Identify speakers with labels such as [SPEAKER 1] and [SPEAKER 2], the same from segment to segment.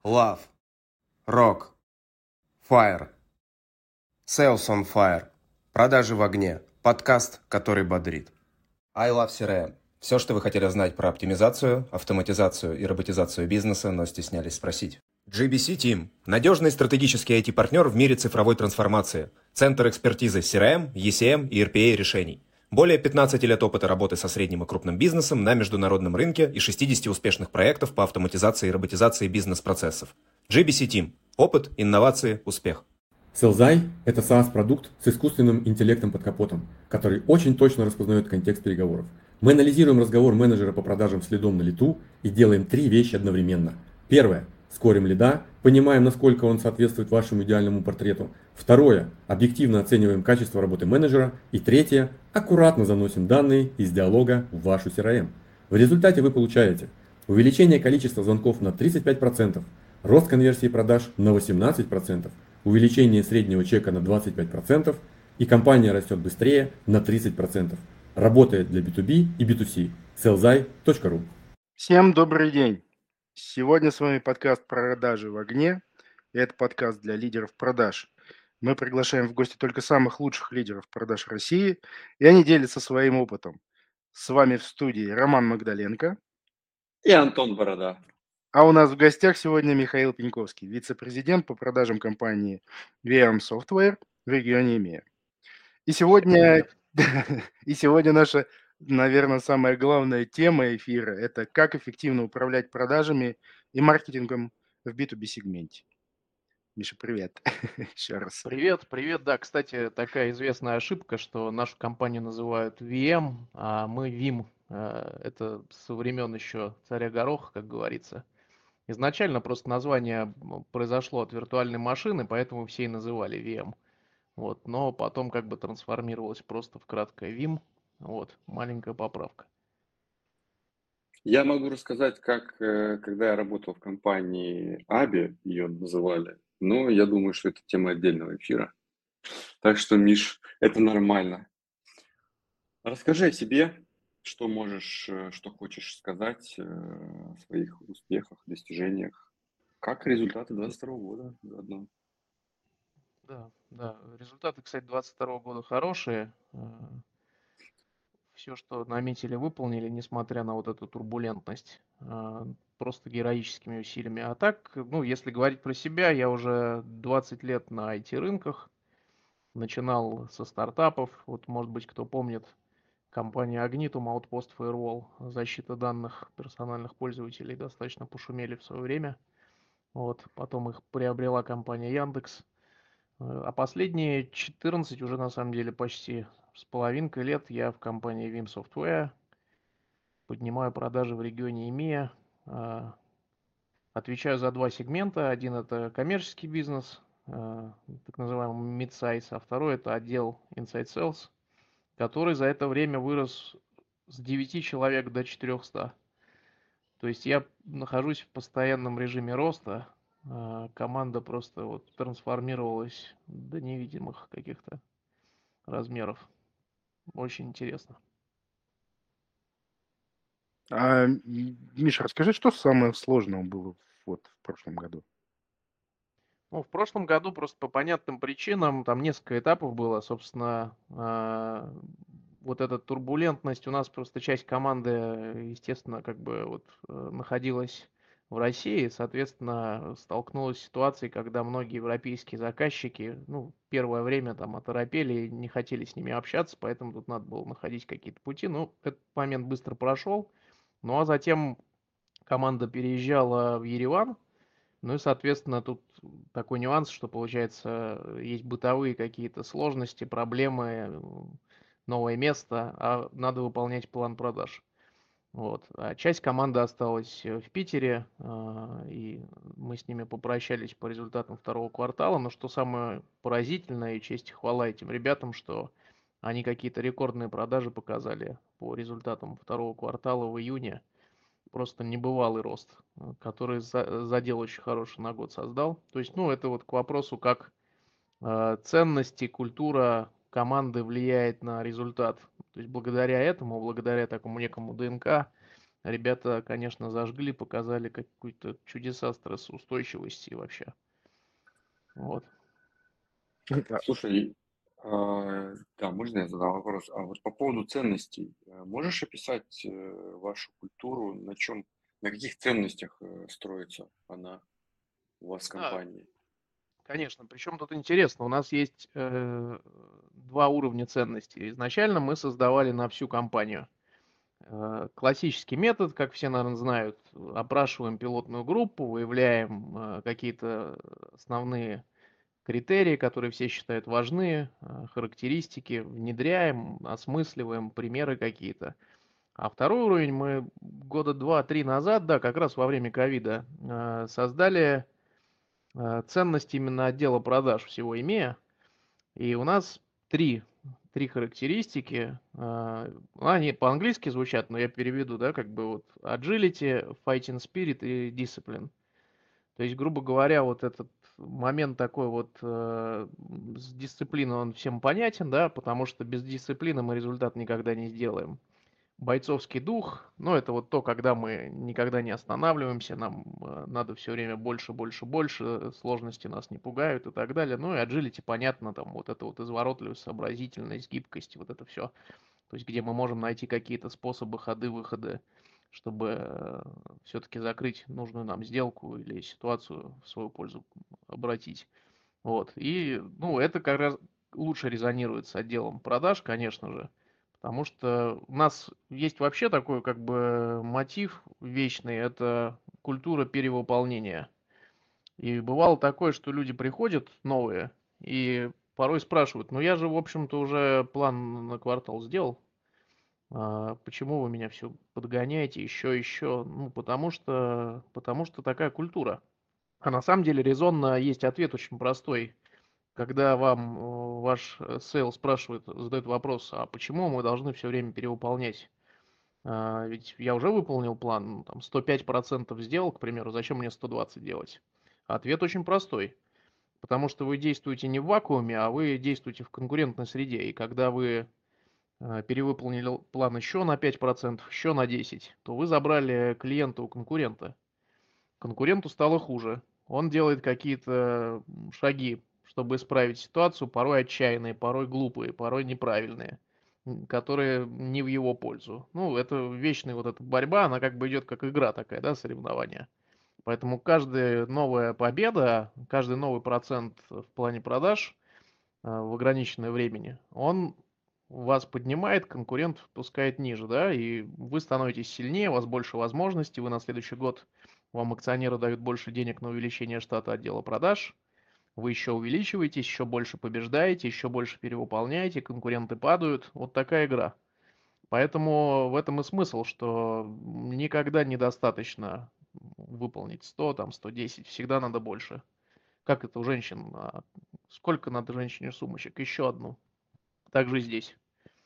[SPEAKER 1] Love, Rock, Fire, Sales on Fire, Продажи в огне, подкаст, который бодрит. I Love CRM. Все, что вы хотели знать про оптимизацию, автоматизацию и роботизацию бизнеса, но стеснялись спросить. GBC Team – надежный стратегический IT-партнер в мире цифровой трансформации, центр экспертизы CRM, ECM и RPA решений. Более 15 лет опыта работы со средним и крупным бизнесом на международном рынке и 60 успешных проектов по автоматизации и роботизации бизнес-процессов. GBC Team – опыт, инновации, успех.
[SPEAKER 2] Sellzai – это SaaS-продукт с искусственным интеллектом под капотом, который очень точно распознает контекст переговоров. Мы анализируем разговор менеджера по продажам следом на лету и делаем 3 вещи одновременно. Первое – скорим лида, понимаем, насколько он соответствует вашему идеальному портрету. Второе – объективно оцениваем качество работы менеджера. И третье – аккуратно заносим данные из диалога в вашу CRM. В результате вы получаете увеличение количества звонков на 35%, рост конверсии продаж на 18%, увеличение среднего чека на 25%, и компания растет быстрее на 30%. Работает для B2B и B2C. Sellzai.ru.
[SPEAKER 3] Всем добрый день! Сегодня с вами подкаст «Продажи в огне». И это подкаст для лидеров продаж. Мы приглашаем в гости только самых лучших лидеров продаж России, и они делятся своим опытом. С вами в студии Роман Магдаленко.
[SPEAKER 4] И Антон Борода.
[SPEAKER 3] А у нас в гостях сегодня Михаил Пеньковский, вице-президент по продажам компании VM Software в регионе EMEA. И сегодня наша, наверное, самая главная тема эфира – это как эффективно управлять продажами и маркетингом в B2B сегменте. Миша, привет еще раз.
[SPEAKER 5] Привет. Да, кстати, такая известная ошибка, что нашу компанию называют VM, а мы VIM. Это со времен еще царя Гороха, как говорится. Изначально просто название произошло от виртуальной машины, поэтому все и называли VM. Вот, но потом как бы трансформировалось просто в краткое VIM. Вот, маленькая поправка.
[SPEAKER 4] Я могу рассказать, как, когда я работал в компании Аби, ее называли, но я думаю, что это тема отдельного эфира. Так что, Миш, это нормально. Расскажи о себе, что можешь, что хочешь сказать о своих успехах, достижениях. Как результаты 2022 года заодно?
[SPEAKER 5] Да. Результаты, кстати, 2022 года хорошие. Все, что наметили, выполнили, несмотря на вот эту турбулентность, просто героическими усилиями. А так, ну, если говорить про себя, я уже 20 лет на IT-рынках, начинал со стартапов. Вот, может быть, кто помнит, компания Agnitum, Outpost Firewall, защита данных персональных пользователей, достаточно пошумели в свое время. Вот, потом их приобрела компания Яндекс. А последние 14, уже на самом деле почти с половинкой лет я в компании Vim Software, поднимаю продажи в регионе EMEA, отвечаю за 2 сегмента. Один это коммерческий бизнес, так называемый mid-size, а второй это отдел Inside Sales, который за это время вырос с 9 человек до 400. То есть я нахожусь в постоянном режиме роста, команда просто вот трансформировалась до невидимых каких-то размеров. Очень интересно.
[SPEAKER 3] Миша, расскажи, что самое сложное было вот в прошлом году?
[SPEAKER 5] Ну, в прошлом году просто по понятным причинам, там несколько этапов было, собственно, вот эта турбулентность, у нас просто часть команды, естественно, как бы вот находилась в России, соответственно, столкнулась с ситуацией, когда многие европейские заказчики, ну, первое время там оторопели, не хотели с ними общаться, поэтому тут надо было находить какие-то пути. Ну, этот момент быстро прошел, ну, а затем команда переезжала в Ереван. Ну и, соответственно, тут такой нюанс, что, получается, есть бытовые какие-то сложности, проблемы, новое место, а надо выполнять план продаж. Вот. А часть команды осталась в Питере, и мы с ними попрощались по результатам второго квартала. Но что самое поразительное, и честь и хвала этим ребятам, что они какие-то рекордные продажи показали по результатам второго квартала в июне. Просто небывалый рост, который задел очень хороший на год создал. То есть, ну, это вот к вопросу, как ценности, культура команды влияет на результат. То есть, благодаря этому, благодаря такому некому ДНК, ребята, конечно, зажгли, показали какие-то чудеса стрессоустойчивости вообще. Вот.
[SPEAKER 4] Слушай, да, можно я задам вопрос? А вот по поводу ценностей, можешь описать вашу культуру, на каких ценностях строится она у вас в
[SPEAKER 5] Да,
[SPEAKER 4] компании?
[SPEAKER 5] конечно. Причем тут интересно, у нас есть два уровня ценностей. Изначально мы создавали на всю компанию. Классический метод, как все, наверное, знают, опрашиваем пилотную группу, выявляем какие-то основные критерии, которые все считают важны, характеристики, внедряем, осмысливаем примеры какие-то. А второй уровень мы года 2-3 назад, да, как раз во время ковида, создали ценность именно отдела продаж всего имея. И у нас три, три характеристики. Они по-английски звучат, но я переведу, да, как бы вот agility, fighting spirit и discipline. То есть, грубо говоря, вот этот момент такой вот с дисциплиной, он всем понятен, да, потому что без дисциплины мы результат никогда не сделаем. Бойцовский дух, ну, это вот то, когда мы никогда не останавливаемся, нам надо все время больше, больше, больше, сложности нас не пугают и так далее. Ну, и agility, понятно, там вот это вот изворотливость, сообразительность, гибкость, вот это все. То есть, где мы можем найти какие-то способы, ходы, выходы, чтобы все-таки закрыть нужную нам сделку или ситуацию в свою пользу обратить. Вот. И, ну, это как раз лучше резонирует с отделом продаж, конечно же, потому что у нас есть вообще такой как бы мотив вечный, это культура перевыполнения. И бывало такое, что люди приходят новые и порой спрашивают, ну я же, в общем-то, уже план на квартал сделал, почему вы меня все подгоняете еще? Ну, потому что такая культура. А на самом деле резонно есть ответ очень простой. Когда вам ваш сейл спрашивает, задает вопрос, а почему мы должны все время перевыполнять? Ведь я уже выполнил план, ну, там 105% сделал, к примеру, зачем мне 120 делать? Ответ очень простой. Потому что вы действуете не в вакууме, а вы действуете в конкурентной среде. И когда вы перевыполнили план еще на 5%, еще на 10%, то вы забрали клиента у конкурента. Конкуренту стало хуже. Он делает какие-то шаги, чтобы исправить ситуацию, порой отчаянные, порой глупые, порой неправильные, которые не в его пользу. Ну, это вечная вот эта борьба, она как бы идет как игра такая, да, соревнования. Поэтому каждая новая победа, каждый новый процент в плане продаж в ограниченное времени, он вас поднимает, конкурент пускает ниже, да, и вы становитесь сильнее, у вас больше возможностей, вы на следующий год, вам акционеры дают больше денег на увеличение штата отдела продаж, вы еще увеличиваетесь, еще больше побеждаете, еще больше перевыполняете, конкуренты падают, вот такая игра. Поэтому в этом и смысл, что никогда недостаточно выполнить 100, там 110, всегда надо больше. Как это у женщин? Сколько надо женщине сумочек? Еще одну. Так же и здесь.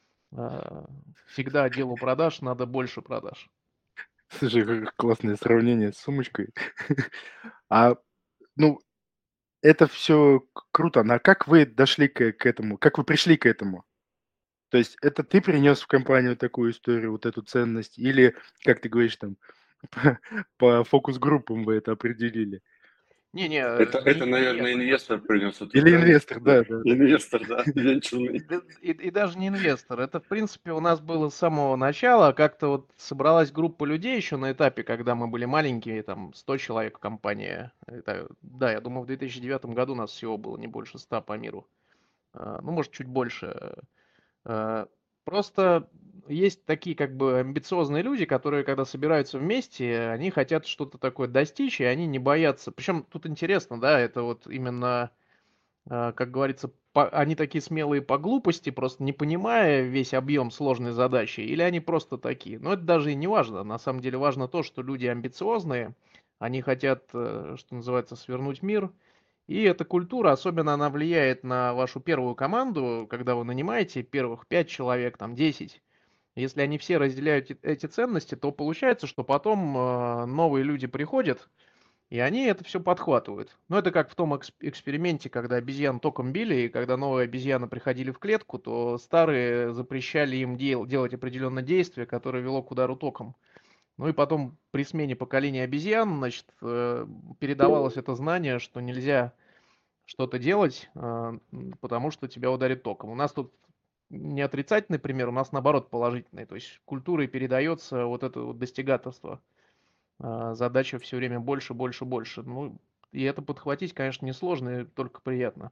[SPEAKER 5] Всегда отделу продаж надо больше продаж.
[SPEAKER 3] Слушай, какое классное сравнение с сумочкой. А, ну, это все круто. Но как вы дошли к этому? Как вы пришли к этому? То есть это ты принес в компанию такую историю, вот эту ценность, или, как ты говоришь, там по фокус-группам вы это определили?
[SPEAKER 5] Не-не,
[SPEAKER 4] Это,
[SPEAKER 5] не
[SPEAKER 4] наверное,
[SPEAKER 5] я принес.
[SPEAKER 4] инвестор принес эту
[SPEAKER 3] Или
[SPEAKER 4] ценность
[SPEAKER 3] инвестор, да,
[SPEAKER 4] такую.
[SPEAKER 3] да, да.
[SPEAKER 4] Инвестор, да, венчурный.
[SPEAKER 5] И даже не инвестор. Это, в принципе, у нас было с самого начала. Как-то вот собралась группа людей еще на этапе, когда мы были маленькие, там 100 человек в компании. Да, я думаю, в 2009 году нас всего было не больше 100 по миру. Ну, может, чуть больше. Э, Просто есть такие как бы амбициозные люди, которые, когда собираются вместе, они хотят что-то такое достичь, и они не боятся. Причем тут интересно, да, это вот именно, как говорится, они такие смелые по глупости, просто не понимая весь объем сложной задачи, или они просто такие. Но это даже и не важно. На самом деле важно то, что люди амбициозные, они хотят, что называется, свернуть мир, и эта культура, особенно она влияет на вашу первую команду, когда вы нанимаете первых 5 человек, там 10. Если они все разделяют эти ценности, то получается, что потом новые люди приходят, и они это все подхватывают. Но это как в том эксперименте, когда обезьян током били, и когда новые обезьяны приходили в клетку, то старые запрещали им делать определенное действие, которое вело к удару током. Ну и потом при смене поколения обезьян, значит, передавалось это знание, что нельзя что-то делать, потому что тебя ударит током. У нас тут не отрицательный пример, у нас наоборот положительный. То есть культурой передается вот это вот достигаторство. Задача все время больше, больше, больше. Ну, и это подхватить, конечно, несложно, и только приятно.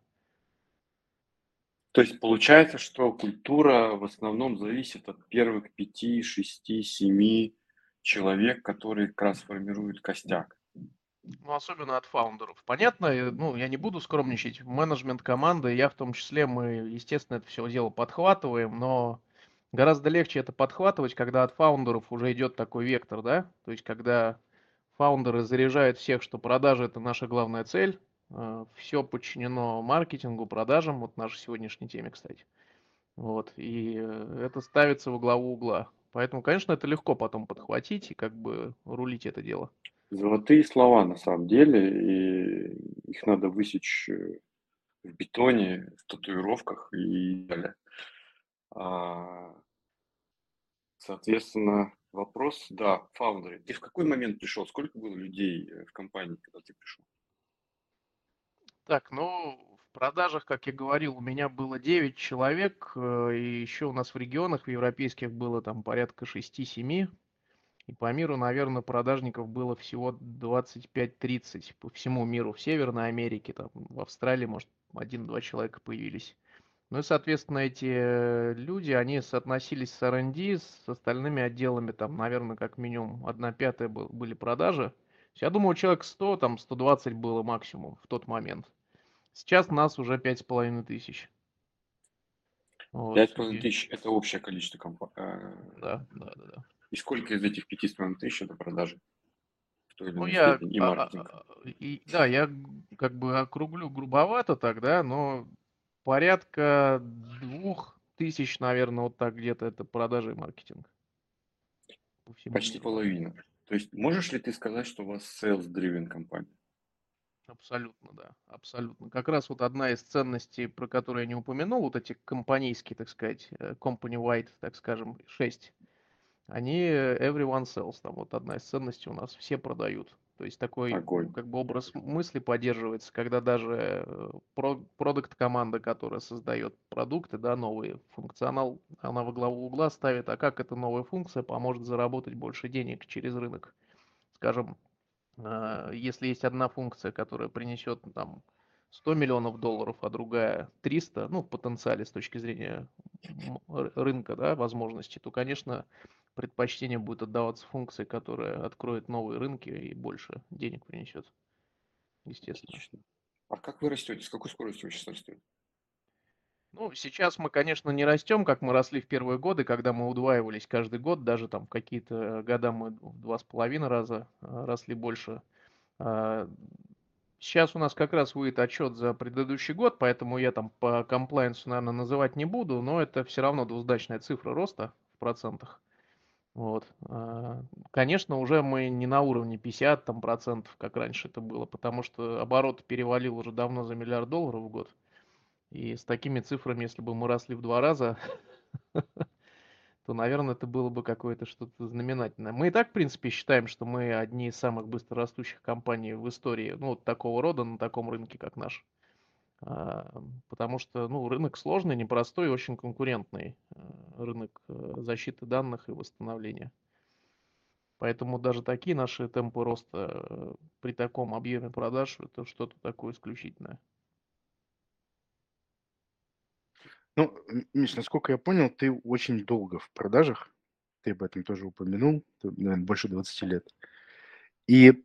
[SPEAKER 4] То есть получается, что культура в основном зависит от первых 5, 6, 7 человек, которые как раз формируют костяк.
[SPEAKER 5] Ну, особенно от фаундеров. Понятно, ну, я не буду скромничать, менеджмент команды, я в том числе, мы, естественно, это все дело подхватываем, но гораздо легче это подхватывать, когда от фаундеров уже идет такой вектор, да, то есть когда фаундеры заряжают всех, что продажи это наша главная цель, все подчинено маркетингу, продажам, вот нашей сегодняшней теме, кстати, вот, и это ставится во главу угла. Поэтому, конечно, это легко потом подхватить и как бы рулить это дело.
[SPEAKER 4] Золотые слова на самом деле, и их надо высечь в бетоне, в татуировках и далее. А, Соответственно, вопрос, да, фаундеры. Ты в какой момент пришел? Сколько было людей в компании, когда ты пришел?
[SPEAKER 5] Так, ну, в продажах, как я говорил, у меня было 9 человек, и еще у нас в регионах, в европейских было там порядка 6-7, и по миру, наверное, продажников было всего 25-30 по всему миру, в Северной Америке, там, в Австралии, может, 1-2 человека появились. Ну и, соответственно, эти люди, они соотносились с R&D, с остальными отделами, там, наверное, как минимум 1/5 были продажи. То есть я думаю, человек 100, там, 120 было максимум в тот момент. Сейчас нас уже 5500. Вот.
[SPEAKER 4] 5,5 тысяч – это общее количество
[SPEAKER 5] Да, да, да, да.
[SPEAKER 4] И сколько из этих 5,5 тысяч – это продажи в той или
[SPEAKER 5] Ну,
[SPEAKER 4] иной степени и маркетинг?
[SPEAKER 5] да, я как бы округлю грубовато тогда, но порядка 2000, наверное, вот так где-то это продажи и маркетинг по всему
[SPEAKER 4] Почти
[SPEAKER 5] миру.
[SPEAKER 4] половина. То есть можешь ли ты сказать, что у вас sales-driven компания?
[SPEAKER 5] Абсолютно, да, абсолютно. Как раз вот одна из ценностей, про которую я не упомянул, вот эти компанейские, так сказать, company-wide, так скажем, 6. Они everyone sells, там вот одна из ценностей у нас, все продают. То есть такой
[SPEAKER 4] Огонь.
[SPEAKER 5] как бы образ мысли поддерживается, когда даже продукт-команда, которая создает продукты, да, новые, функционал, она во главу угла ставит, а как эта новая функция поможет заработать больше денег через рынок. Скажем, если есть одна функция, которая принесет там 100 миллионов долларов, а другая 300, ну, в потенциале с точки зрения рынка, да, возможностей, то, конечно, предпочтение будет отдаваться функции, которая откроет новые рынки и больше денег принесет, естественно.
[SPEAKER 4] Отлично. А как вы растете? С какой скоростью вы сейчас растете?
[SPEAKER 5] Ну, сейчас мы, конечно, не растем, как мы росли в первые годы, когда мы удваивались каждый год, даже там в какие-то года мы в 2,5 раза росли больше. А, Сейчас у нас как раз выйдет отчет за предыдущий год, поэтому я там по комплайенсу, наверное, называть не буду, но это все равно двузначная цифра роста в процентах. Вот. Конечно, уже мы не на уровне 50 там, процентов, как раньше это было, потому что оборот перевалил уже давно за $1 миллиард в год. И с такими цифрами, если бы мы росли в 2 раза, то, наверное, это было бы какое-то что-то знаменательное. Мы и так, в принципе, считаем, что мы одни из самых быстрорастущих компаний в истории, ну, вот такого рода на таком рынке, как наш. Потому что, ну, рынок сложный, непростой, очень конкурентный рынок защиты данных и восстановления. Поэтому даже такие наши темпы роста при таком объеме продаж это что-то такое исключительное.
[SPEAKER 3] Ну, Миш, насколько я понял, ты очень долго в продажах. Ты об этом тоже упомянул, наверное, больше 20 лет. И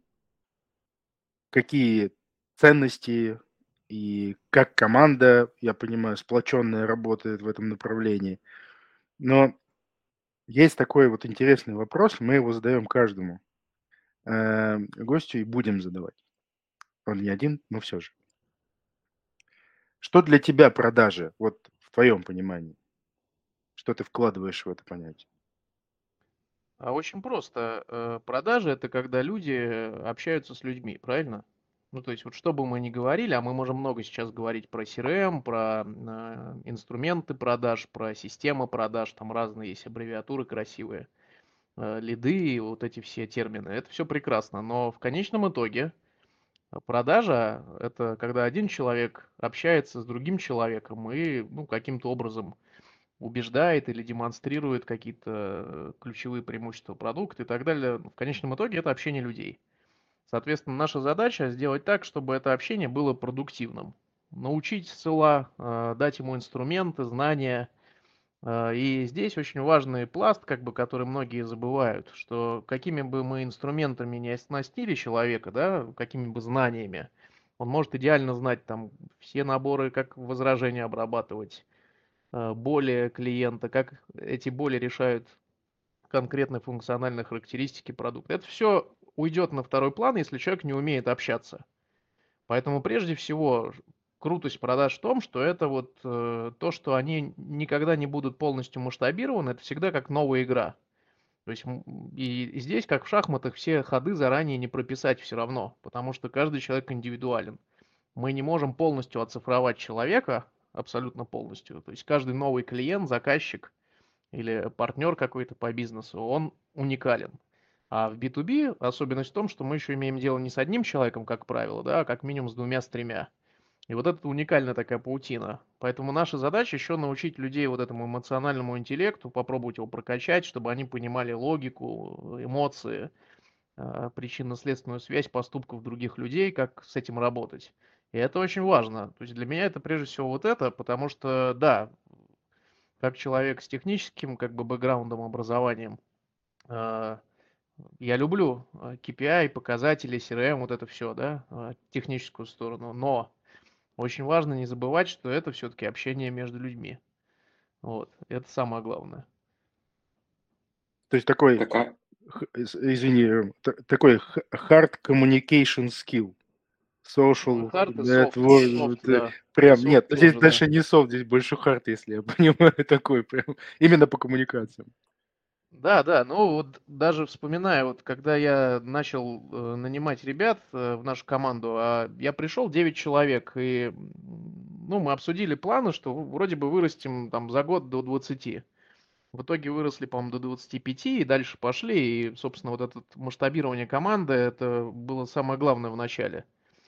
[SPEAKER 3] какие ценности и как команда, я понимаю, сплоченная работает в этом направлении. Но есть такой вот интересный вопрос, мы его задаем каждому гостю и будем задавать. Он не один, но все же. Что для тебя продажи, вот в твоем понимании? Что ты вкладываешь в это понятие?
[SPEAKER 5] Очень просто. Продажи это когда люди общаются с людьми, правильно? Ну, то есть, вот что бы мы ни говорили, а мы можем много сейчас говорить про CRM, про инструменты продаж, про системы продаж, там разные есть аббревиатуры красивые. лиды и вот эти все термины. Это все прекрасно, но в конечном итоге продажа — это когда один человек общается с другим человеком и, ну, каким-то образом убеждает или демонстрирует какие-то ключевые преимущества продукта и так далее. В конечном итоге это общение людей. Соответственно, наша задача сделать так, чтобы это общение было продуктивным. Научить ссыла, дать ему инструменты, знания. И здесь очень важный пласт, как бы, который многие забывают, что какими бы мы инструментами не оснастили человека, да, какими бы знаниями, он может идеально знать там все наборы, как возражения обрабатывать, боли клиента, как эти боли решают конкретные функциональные характеристики продукта. Это все уйдет на второй план, если человек не умеет общаться. Поэтому прежде всего крутость продаж в том, что это вот то, что они никогда не будут полностью масштабированы, это всегда как новая игра. То есть и здесь, как в шахматах, все ходы заранее не прописать все равно, потому что каждый человек индивидуален. Мы не можем полностью оцифровать человека, абсолютно полностью. То есть каждый новый клиент, заказчик или партнер какой-то по бизнесу, он уникален. А в B2B особенность в том, что мы еще имеем дело не с одним человеком, как правило, да, а как минимум с двумя, с тремя. И вот это уникальная такая паутина. Поэтому наша задача еще научить людей вот этому эмоциональному интеллекту, попробовать его прокачать, чтобы они понимали логику, эмоции, причинно-следственную связь поступков других людей, как с этим работать. И это очень важно. То есть для меня это прежде всего вот это, потому что, да, как человек с техническим как бы бэкграундом, образованием, а, я люблю KPI, показатели, CRM, вот это все, да, техническую сторону, но очень важно не забывать, что это все-таки общение между людьми. Вот, это самое главное.
[SPEAKER 3] То есть такой,
[SPEAKER 4] Такая,
[SPEAKER 3] извини, такой hard communication skill. Social
[SPEAKER 5] Hard и soft,
[SPEAKER 3] network,
[SPEAKER 5] да.
[SPEAKER 3] прям,
[SPEAKER 5] Soft
[SPEAKER 3] нет, здесь
[SPEAKER 5] тоже, да.
[SPEAKER 3] дальше не soft, здесь больше hard, если я понимаю, такой прям, именно по коммуникациям.
[SPEAKER 5] Да, да, ну вот даже вспоминая, вот когда я начал нанимать ребят в нашу команду, я пришел 9 человек, и ну, мы обсудили планы, что вроде бы вырастим там за год до 20. В итоге выросли, по-моему, до 25 и дальше пошли, и, собственно, вот это масштабирование команды, это было самое главное в начале.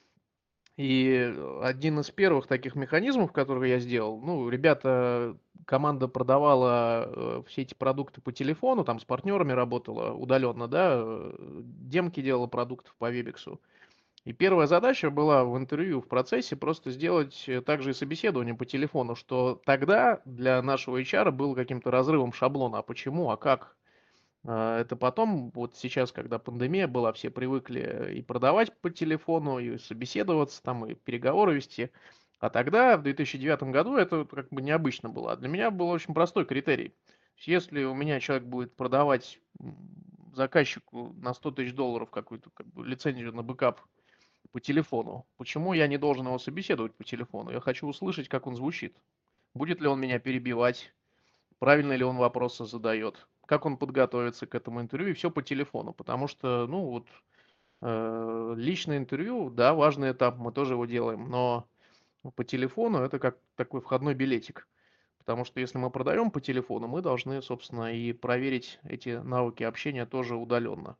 [SPEAKER 5] И один из первых таких механизмов, которые я сделал, ну, ребята, команда продавала все эти продукты по телефону, там с партнерами работала удаленно, да, демки делала продуктов по Вебексу. И первая задача была в интервью, в процессе просто сделать также и собеседование по телефону, что тогда для нашего HR было каким-то разрывом шаблона. А почему, а как? Это потом, вот сейчас, когда пандемия была, все привыкли и продавать по телефону, и собеседоваться, там, и переговоры вести. А тогда, в 2009 году, это как бы необычно было. А для меня был очень простой критерий. Если у меня человек будет продавать заказчику на 100 тысяч долларов какую-то как бы, лицензию на бэкап по телефону, почему я не должен его собеседовать по телефону? Я хочу услышать, как он звучит. Будет ли он меня перебивать? Правильно ли он вопросы задает, как он подготовится к этому интервью, и все по телефону. Потому что, ну вот, личное интервью, да, важный этап, мы тоже его делаем, но по телефону это как такой входной билетик. Потому что если мы продаем по телефону, мы должны, собственно, и проверить эти навыки общения тоже удаленно.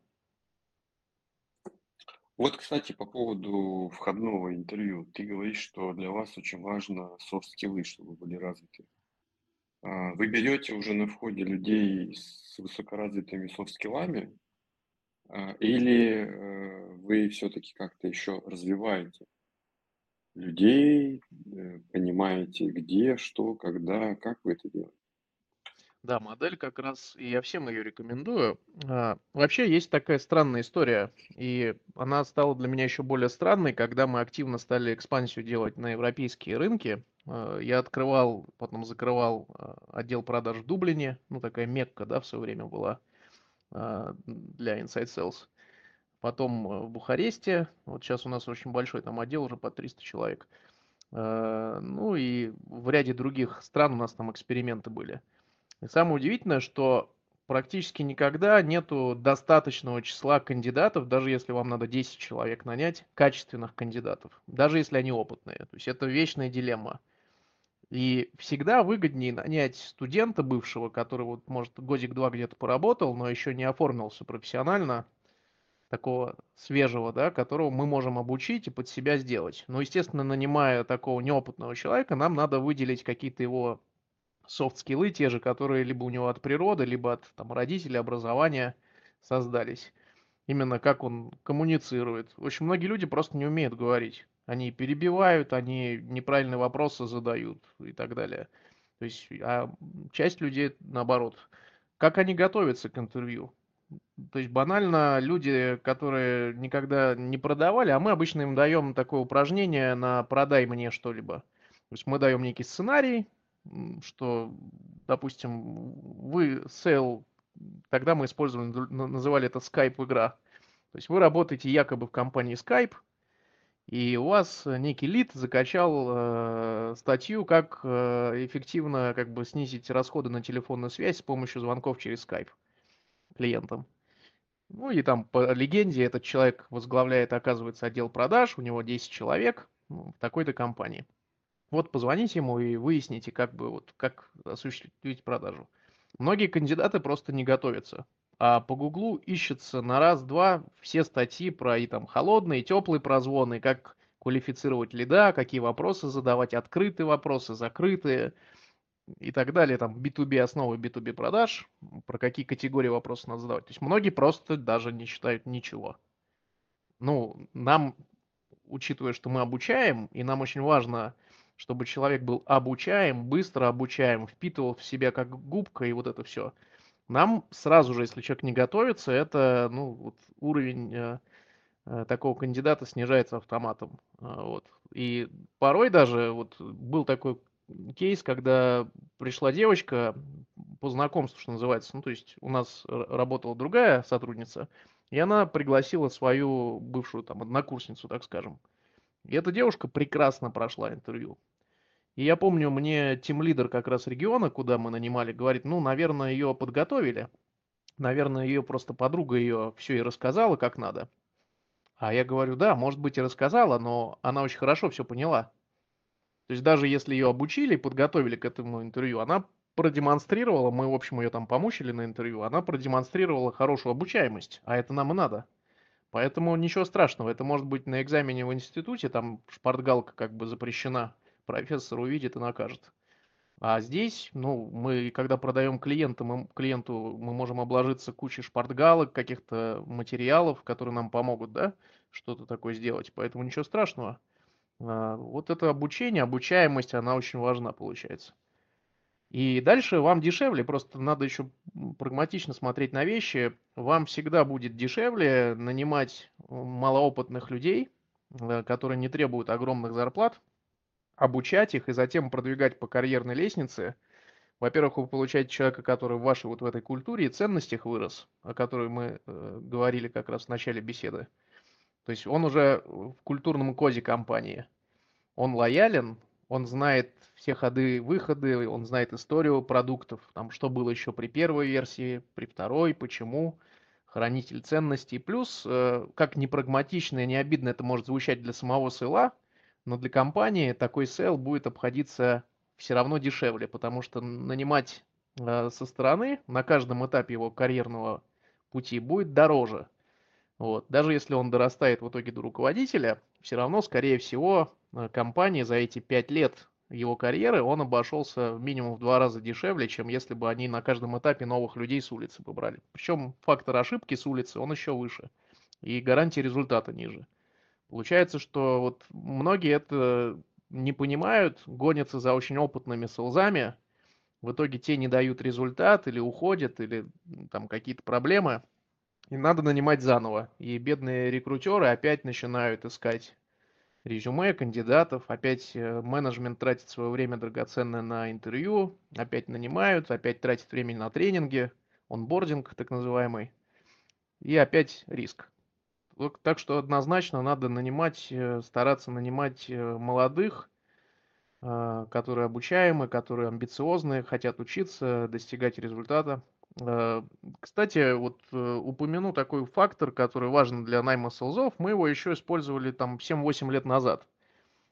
[SPEAKER 4] вот, кстати, по поводу входного интервью. Ты говоришь, что для вас очень важно софт-скиллы, чтобы были развиты. Вы берете уже на входе людей с высокоразвитыми софт-скиллами, или вы все-таки как-то еще развиваете людей, понимаете, где, что, когда, как вы это делаете?
[SPEAKER 5] Да, модель как раз, и я всем ее рекомендую. Вообще есть такая странная история, и она стала для меня еще более странной, когда мы активно стали экспансию делать на европейские рынки. Я открывал, потом закрывал отдел продаж в Дублине, ну такая Мекка, да, в свое время была для Inside Sales. Потом в Бухаресте, вот сейчас у нас очень большой там отдел, уже по 300 человек. Ну и в ряде других стран у нас там эксперименты были. И самое удивительное, что практически никогда нету достаточного числа кандидатов, даже если вам надо 10 человек нанять, качественных кандидатов, даже если они опытные. То есть это вечная дилемма. И всегда выгоднее нанять студента бывшего, который вот, может, годик-два где-то поработал, но еще не оформился профессионально, такого свежего, да, которого мы можем обучить и под себя сделать. Но, естественно, нанимая такого неопытного человека, нам надо выделить какие-то его софт-скиллы, те же, которые либо у него от природы, либо от там, родителей, образования создались. Именно как он коммуницирует. Очень многие люди просто не умеют говорить. Они перебивают, они неправильные вопросы задают и так далее. То есть, а часть людей наоборот. Как они готовятся к интервью? То есть банально люди, которые никогда не продавали, а мы обычно им даем такое упражнение на «продай мне что-либо». То есть мы даем некий сценарий, что, допустим, вы sale, тогда мы использовали, называли это Skype-игра. То есть вы работаете якобы в компании Skype, и у вас некий лид закачал статью, как эффективно как бы снизить расходы на телефонную связь с помощью звонков через Skype клиентам. Ну и там по легенде этот человек возглавляет, оказывается, отдел продаж, у него 10 человек в такой-то компании. Вот позвоните ему и выясните, как бы вот как осуществить продажу. Многие кандидаты просто не готовятся. А по Гуглу ищется на раз-два все статьи про и там холодные, и теплые прозвоны, как квалифицировать лида, какие вопросы задавать, открытые вопросы, закрытые и так далее, там B2B основы B2B продаж, про какие категории вопросов надо задавать. То есть многие просто даже не читают ничего. Ну, нам, учитывая, что мы обучаем, и нам очень важно, чтобы человек был обучаем, быстро обучаем, впитывал в себя как губка и вот это все. Нам сразу же, если человек не готовится, это, ну, вот уровень такого кандидата снижается автоматом. Вот. И порой даже вот был такой кейс, когда пришла девочка по знакомству, что называется. Ну, то есть у нас работала другая сотрудница, и она пригласила свою бывшую там однокурсницу, так скажем. И эта девушка прекрасно прошла интервью. И я помню, мне тимлидер как раз региона, куда мы нанимали, говорит, ну, наверное, ее подготовили. Наверное, ее просто подруга ее все и рассказала, как надо. А я говорю, да, может быть и рассказала, но она очень хорошо все поняла. То есть даже если ее обучили и подготовили к этому интервью, она продемонстрировала, мы, в общем, ее там помучили на интервью, она продемонстрировала хорошую обучаемость, а это нам и надо. Поэтому ничего страшного, это может быть на экзамене в институте, там шпартгалка как бы запрещена, профессор увидит и накажет. А здесь, ну, мы, когда продаем клиенту мы можем обложиться кучей шпартгалок, каких-то материалов, которые нам помогут, да, что-то такое сделать. Поэтому ничего страшного. Вот это обучение, обучаемость, она очень важна, получается. И дальше вам дешевле, просто надо еще прагматично смотреть на вещи. Вам всегда будет дешевле нанимать малоопытных людей, которые не требуют огромных зарплат, обучать их и затем продвигать по карьерной лестнице. Во-первых, вы получаете человека, который в вашей вот в этой культуре и ценностях вырос, о которой мы говорили как раз в начале беседы. То есть он уже в культурном коде компании. Он лоялен, он знает все ходы, выходы, он знает историю продуктов, там, что было еще при первой версии, при второй, почему, хранитель ценностей. Плюс, как не прагматично и не обидно это может звучать для самого сейла, но для компании такой сейл будет обходиться все равно дешевле, потому что нанимать со стороны на каждом этапе его карьерного пути будет дороже. Вот. Даже если он дорастает в итоге до руководителя, все равно, скорее всего, компании за эти 5 лет его карьеры он обошелся минимум в 2 раза дешевле, чем если бы они на каждом этапе новых людей с улицы бы брали. Причем фактор ошибки с улицы, он еще выше. И гарантия результата ниже. Получается, что вот многие это не понимают, гонятся за очень опытными селзами, в итоге те не дают результат или уходят, или там какие-то проблемы. И надо нанимать заново. И бедные рекрутеры опять начинают искать резюме кандидатов, опять менеджмент тратит свое время драгоценное на интервью, опять нанимают, опять тратит время на тренинги, онбординг так называемый, и опять риск. Так что однозначно надо нанимать, стараться нанимать молодых, которые обучаемы, которые амбициозные, хотят учиться, достигать результата. Кстати, вот упомяну такой фактор, который важен для найма селзов. Мы его еще использовали там 7-8 лет назад.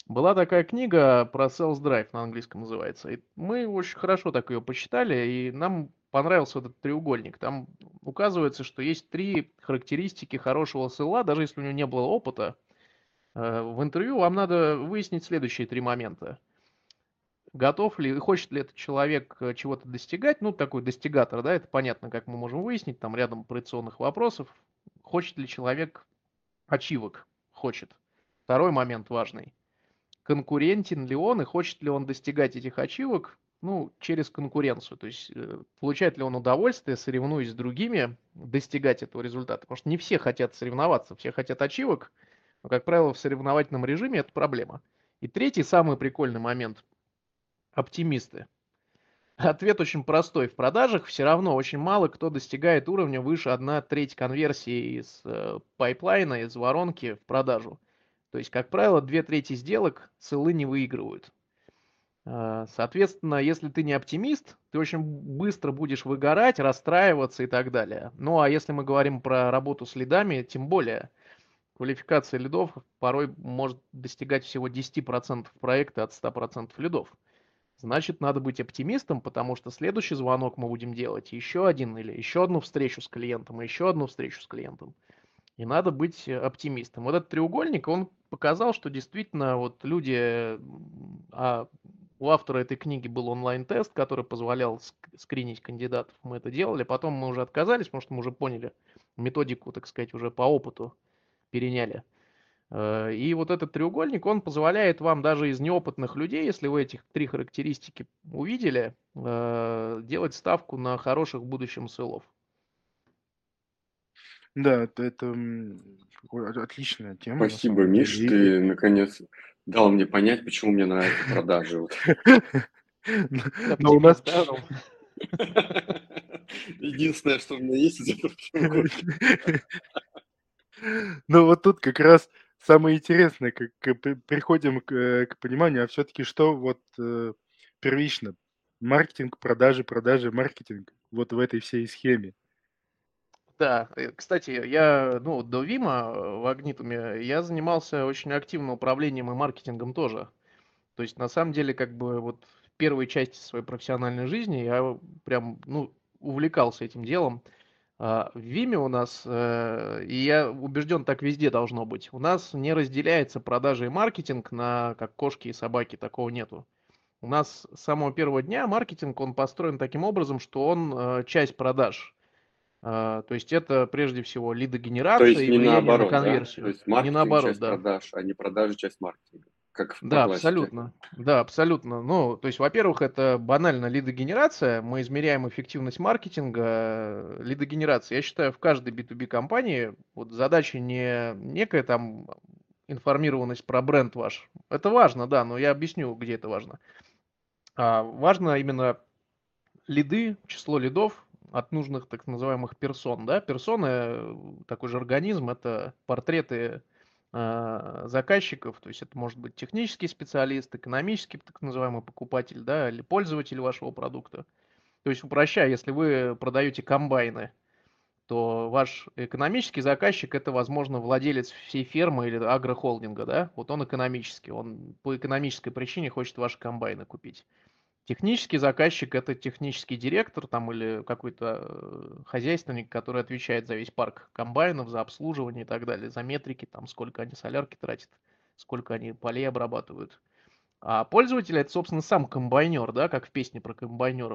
[SPEAKER 5] Была такая книга про Sales Drive, на английском называется. И мы очень хорошо так ее посчитали, и нам понравился этот треугольник. Там указывается, что есть 3 характеристики хорошего СЛА, даже если у него не было опыта. В интервью вам надо выяснить следующие 3 момента. Готов ли, хочет ли этот человек чего-то достигать, ну, такой достигатор, да, это понятно, как мы можем выяснить, там рядом операционных вопросов. Хочет ли человек ачивок? Хочет. Второй момент важный. Конкурентен ли он и хочет ли он достигать этих ачивок, ну, через конкуренцию. То есть получает ли он удовольствие, соревнуясь с другими, достигать этого результата. Потому что не все хотят соревноваться, все хотят ачивок, но, как правило, в соревновательном режиме это проблема. И третий, самый прикольный момент – оптимисты. Ответ очень простой. В продажах все равно очень мало кто достигает уровня выше 1/3 конверсии из пайплайна, из воронки в продажу. То есть, как правило, 2/3 сделок селлы не выигрывают. Соответственно, если ты не оптимист, ты очень быстро будешь выгорать, расстраиваться и так далее. Ну а если мы говорим про работу с лидами, тем более квалификация лидов порой может достигать всего 10% проекта от 100% лидов. Значит, надо быть оптимистом, потому что следующий звонок мы будем делать еще один или еще одну встречу с клиентом, и еще одну встречу с клиентом. И надо быть оптимистом. Вот этот треугольник, он показал, что действительно вот люди, у автора этой книги был онлайн-тест, который позволял скринить кандидатов. Мы это делали, потом мы уже отказались, потому что мы уже поняли методику, так сказать, уже по опыту переняли. И вот этот треугольник, он позволяет вам даже из неопытных людей, если вы этих 3 характеристики увидели, делать ставку на хороших в будущем селлов.
[SPEAKER 3] Да, это отличная тема, на
[SPEAKER 4] Спасибо,
[SPEAKER 3] самом
[SPEAKER 4] Миш,
[SPEAKER 3] деле.
[SPEAKER 4] ты наконец дал мне понять, почему мне нравятся продажи. Вот.
[SPEAKER 3] Но у нас...
[SPEAKER 5] Оптимист, да, Ром?
[SPEAKER 4] Единственное, что у меня есть из этого треугольника.
[SPEAKER 3] Ну вот тут как раз самое интересное, как приходим к пониманию, а все-таки что вот первично? Маркетинг, продажи, продажи, маркетинг. Вот в этой всей схеме.
[SPEAKER 5] Да, кстати, я, ну, до Вима в Агнитуме я занимался очень активно управлением и маркетингом тоже. То есть, на самом деле, как бы вот в первой части своей профессиональной жизни я прям, ну, увлекался этим делом. В Виме у нас, и я убежден, так везде должно быть, у нас не разделяется продажа и маркетинг на как кошки и собаки, такого нету. У нас с самого первого дня маркетинг, он построен таким образом, что он часть продаж. То есть это прежде всего
[SPEAKER 4] То
[SPEAKER 5] лидогенерация
[SPEAKER 4] есть
[SPEAKER 5] и
[SPEAKER 4] не
[SPEAKER 5] влияние на
[SPEAKER 4] наоборот, да? То
[SPEAKER 5] конверсию.
[SPEAKER 4] есть
[SPEAKER 5] Не
[SPEAKER 4] маркетинг
[SPEAKER 5] наоборот,
[SPEAKER 4] часть
[SPEAKER 5] да.
[SPEAKER 4] продаж, а не продажи часть маркетинга, как по
[SPEAKER 5] Да,
[SPEAKER 4] классике.
[SPEAKER 5] абсолютно. Да, абсолютно. Ну, то есть, во-первых, это банально лидогенерация. Мы измеряем эффективность маркетинга, лидогенерации. Я считаю, в каждой B2B компании вот задача не некая там информированность про бренд ваш. Это важно, да, но я объясню, где это важно. Важно именно лиды, число лидов от нужных так называемых персон. Да? Персоны, такой же организм, это портреты заказчиков, то есть это может быть технический специалист, экономический так называемый покупатель, да, или пользователь вашего продукта. То есть, упрощая, если вы продаете комбайны, то ваш экономический заказчик это, возможно, владелец всей фермы или агрохолдинга, да, вот он экономический, он по экономической причине хочет ваши комбайны купить. Технический заказчик – это технический директор там или какой-то хозяйственник, который отвечает за весь парк комбайнов, за обслуживание и так далее, за метрики, там, сколько они солярки тратят, сколько они полей обрабатывают. А пользователь – это, собственно, сам комбайнер, да, как в песне про комбайнеров.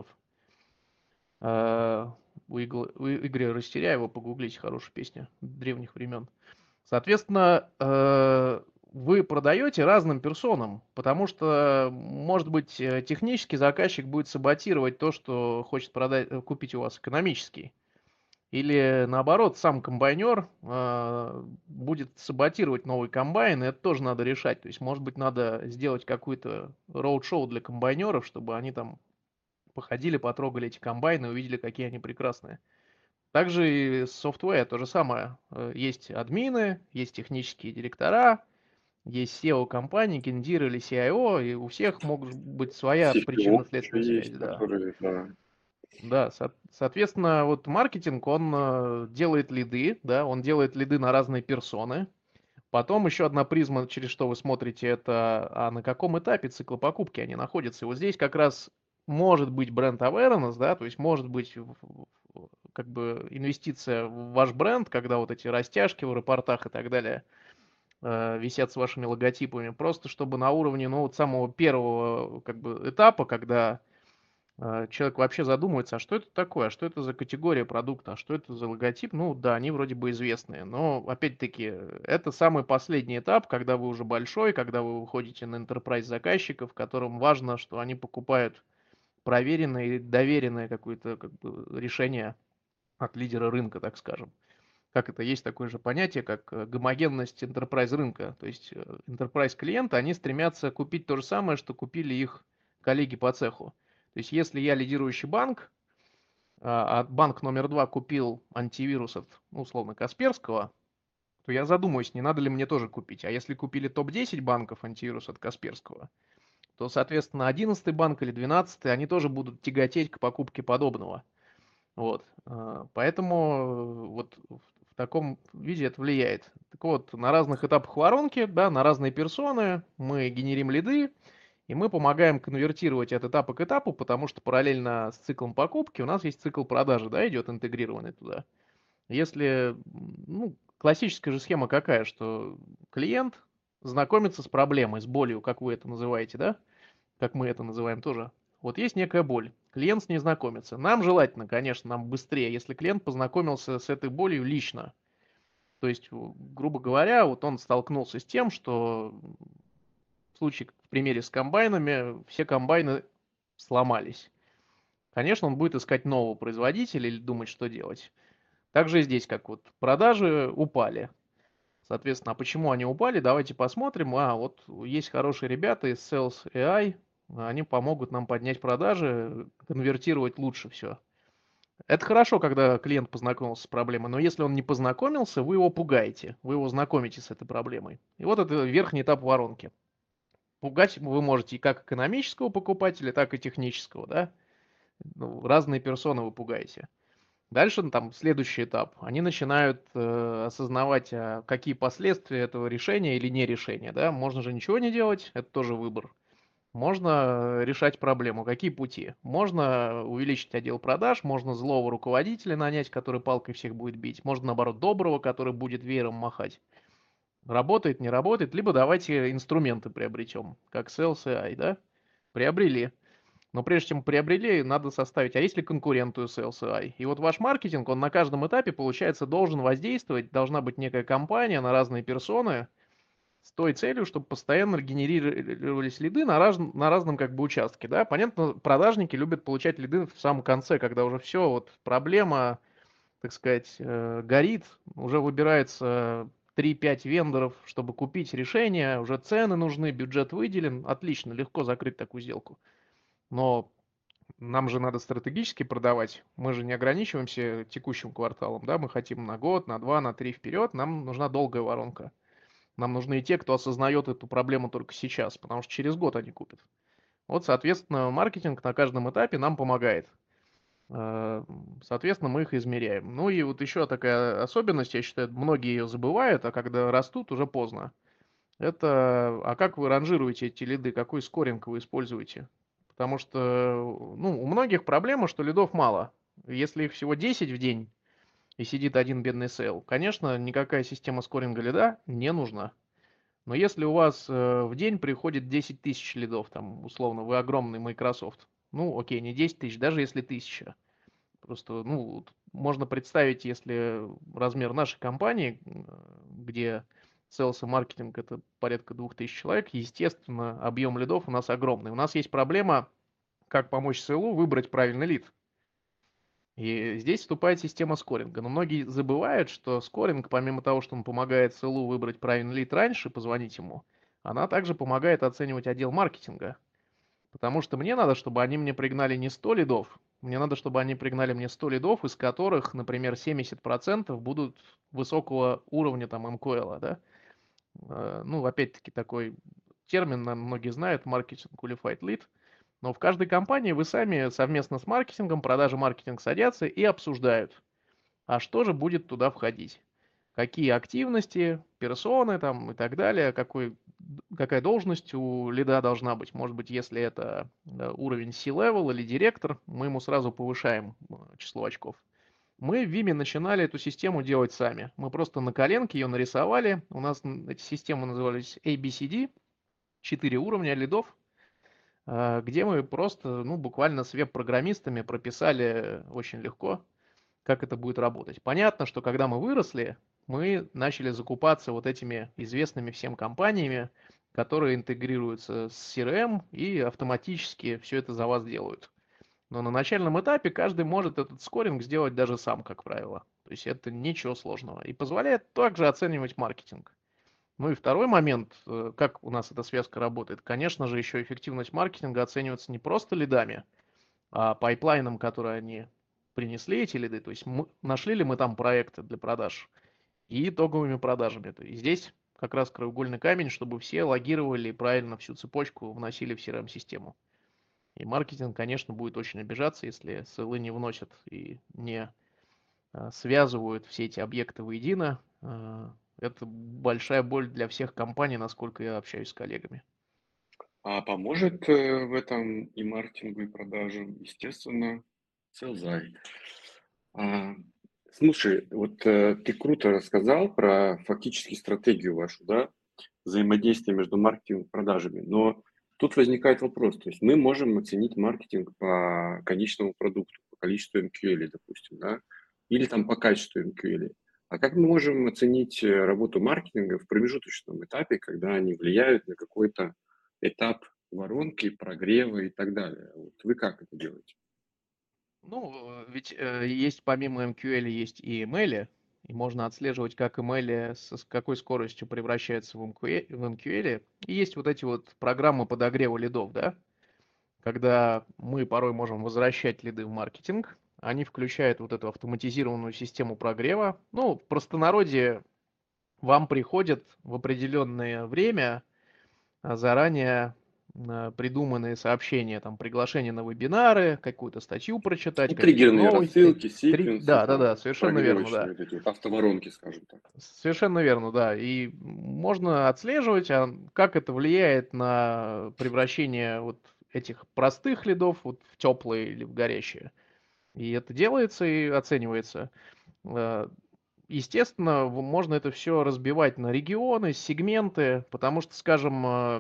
[SPEAKER 5] У Игоря Растеряева, погуглите, хорошая песня древних времен. Соответственно, вы продаете разным персонам, потому что, может быть, технический заказчик будет саботировать то, что хочет продать, купить у вас экономический. Или наоборот, сам комбайнер будет саботировать новый комбайн, и это тоже надо решать. То есть, может быть, надо сделать какой-то роуд-шоу для комбайнеров, чтобы они там походили, потрогали эти комбайны, увидели, какие они прекрасные. Также и с software то же самое. Есть админы, есть технические директора, есть SEO компании, гендир или CIO, и у всех может быть своя
[SPEAKER 4] CPO еще
[SPEAKER 5] причинно-следственная связь,
[SPEAKER 4] есть,
[SPEAKER 5] да.
[SPEAKER 4] которые, да.
[SPEAKER 5] Да, соответственно, вот маркетинг, он делает лиды, да, он делает лиды на разные персоны, Потом еще одна призма, через что вы смотрите, это на каком этапе цикла покупки они находятся. И вот здесь как раз может быть бренд awareness, да, то есть может быть как бы инвестиция в ваш бренд, когда вот эти растяжки в аэропортах и так далее висят с вашими логотипами, просто чтобы на уровне, ну, вот самого первого как бы этапа, когда человек вообще задумывается, а что это такое, а что это за категория продукта, а что это за логотип, ну да, они вроде бы известные, но опять-таки это самый последний этап, когда вы уже большой, когда вы выходите на enterprise заказчиков, которым важно, что они покупают проверенное и доверенное какое-то как бы решение от лидера рынка, так скажем. Как это, есть такое же понятие, как гомогенность enterprise рынка, то есть enterprise клиенты, они стремятся купить то же самое, что купили их коллеги по цеху. То есть если я лидирующий банк, а банк номер 2 купил антивирус от, ну, условно, Касперского, то я задумаюсь, не надо ли мне тоже купить. А если купили топ-10 банков антивирус от Касперского, то, соответственно, 11-й банк или 12-й, они тоже будут тяготеть к покупке подобного. Вот. Поэтому вот в таком виде это влияет. Так вот, на разных этапах воронки, да, на разные персоны мы генерим лиды, и мы помогаем конвертировать от этапа к этапу, потому что параллельно с циклом покупки у нас есть цикл продажи, да, идет интегрированный туда. Если, ну, классическая же схема какая, что клиент знакомится с проблемой, с болью, как вы это называете, да, как мы это называем тоже. Вот есть некая боль, клиент с ней знакомится. Нам желательно, конечно, нам быстрее, если клиент познакомился с этой болью лично. То есть, грубо говоря, вот он столкнулся с тем, что в случае, в примере с комбайнами, все комбайны сломались. Конечно, он будет искать нового производителя или думать, что делать. Также и здесь, как вот продажи упали. Соответственно, а почему они упали? Давайте посмотрим. Вот есть хорошие ребята из Sales AI, они помогут нам поднять продажи, конвертировать лучше все. Это хорошо, когда клиент познакомился с проблемой, но если он не познакомился, вы его пугаете, вы его знакомите с этой проблемой. И вот это верхний этап воронки. Пугать вы можете и как экономического покупателя, так и технического, да? Ну, разные персоны вы пугаете. Дальше, там, следующий этап. Они начинают осознавать, какие последствия этого решения или не решения, да? Можно же ничего не делать, это тоже выбор. Можно решать проблему. Какие пути? Можно увеличить отдел продаж, можно злого руководителя нанять, который палкой всех будет бить, можно, наоборот, доброго, который будет веером махать. Работает, не работает, либо давайте инструменты приобретем, как Sales AI, да? Приобрели. Но прежде чем приобрели, надо составить, а есть ли конкуренты у Sales AI? И вот ваш маркетинг, он на каждом этапе, получается, должен воздействовать, должна быть некая компания на разные персоны с той целью, чтобы постоянно генерировались лиды на разном как бы участке, да? Понятно, продажники любят получать лиды в самом конце, когда уже все, вот проблема, так сказать, горит, уже выбирается 3-5 вендоров, чтобы купить решение, уже цены нужны, бюджет выделен, отлично, легко закрыть такую сделку. Но нам же надо стратегически продавать. Мы же не ограничиваемся текущим кварталом, да, мы хотим на год, на 2, на 3 вперед, нам нужна долгая воронка. Нам нужны и те, кто осознает эту проблему только сейчас, потому что через год они купят. Вот, соответственно, маркетинг на каждом этапе нам помогает. Соответственно, мы их измеряем. Ну и вот еще такая особенность, я считаю, многие ее забывают, а когда растут, уже поздно. Это, а как вы ранжируете эти лиды, какой скоринг вы используете? Потому что, ну, у многих проблема, что лидов мало. Если их всего 10 в день и сидит один бедный сейл, конечно, никакая система скоринга лида не нужна. Но если у вас в день приходит 10 тысяч лидов, там, условно, вы огромный Microsoft, ну, окей, не 10 тысяч, даже если 1000. Просто, ну, можно представить, если размер нашей компании, где sales и маркетинг это порядка 2000 человек, естественно, объем лидов у нас огромный. У нас есть проблема, как помочь СЛУ выбрать правильный лид. И здесь вступает система скоринга. Но многие забывают, что скоринг, помимо того, что он помогает СЛУ выбрать правильный лид раньше, позвонить ему, она также помогает оценивать отдел маркетинга. Потому что мне надо, чтобы они мне пригнали не 100 лидов, мне надо, чтобы они пригнали мне 100 лидов, из которых, например, 70% будут высокого уровня там МКЛ, да? Ну, опять-таки, такой термин, многие знают, Marketing Qualified Lead. Но в каждой компании вы сами совместно с маркетингом, продажи маркетинг садятся и обсуждают, а что же будет туда входить. какие активности, персоны там и так далее, какая должность у лида должна быть. Может быть, если это уровень C-level или директор, мы ему сразу повышаем число очков. Мы в Vime начинали эту систему делать сами. Мы просто на коленке ее нарисовали. У нас эти системы назывались ABCD, 4 уровня лидов, где мы просто, буквально с веб-программистами прописали очень легко, как это будет работать. Понятно, что когда мы выросли, мы начали закупаться вот этими известными всем компаниями, которые интегрируются с CRM и автоматически все это за вас делают. Но на начальном этапе каждый может этот скоринг сделать даже сам, как правило. То есть это ничего сложного. И позволяет также оценивать маркетинг. Ну и второй момент, как у нас эта связка работает. Конечно же, еще эффективность маркетинга оценивается не просто лидами, а пайплайном, который они принесли, эти лиды. То есть нашли ли мы там проекты для продаж и итоговыми продажами. То есть здесь как раз краеугольный камень, чтобы все логировали и правильно всю цепочку вносили в CRM-систему. И маркетинг, конечно, будет очень обижаться, если ссылы не вносят и не связывают все эти объекты воедино. Это большая боль для всех компаний, насколько я общаюсь с коллегами.
[SPEAKER 4] А поможет в этом и маркетингу, и продажам, естественно, Селзай. Слушай, вот ты круто рассказал про фактически стратегию вашу, да, взаимодействие между маркетингом и продажами, но тут возникает вопрос, то есть мы можем оценить маркетинг по конечному продукту, по количеству MQL, допустим, да, или там по качеству MQL. А как мы можем оценить работу маркетинга в промежуточном этапе, когда они влияют на какой-то этап воронки, прогрева и так далее? Вот вы как это делаете?
[SPEAKER 5] Ведь есть помимо MQL есть и ML, и можно отслеживать, как ML с какой скоростью превращается в MQL. И есть вот эти вот программы подогрева лидов, да, когда мы порой можем возвращать лиды в маркетинг, они включают вот эту автоматизированную систему прогрева. В простонародье вам приходят в определенное время заранее придуманные сообщения, там, приглашение на вебинары, какую-то статью прочитать,
[SPEAKER 4] Ну,
[SPEAKER 5] какие-то
[SPEAKER 4] триггерные
[SPEAKER 5] новости.
[SPEAKER 4] рассылки, секвенсы,
[SPEAKER 5] Да,
[SPEAKER 4] там,
[SPEAKER 5] совершенно верно, да.
[SPEAKER 4] прогревочные вот эти вот автоворонки, скажем так.
[SPEAKER 5] Совершенно верно, да. И можно отслеживать, как это влияет на превращение вот этих простых лидов вот в теплые или в горячие. И это делается и оценивается. Естественно, можно это все разбивать на регионы, сегменты, потому что, скажем,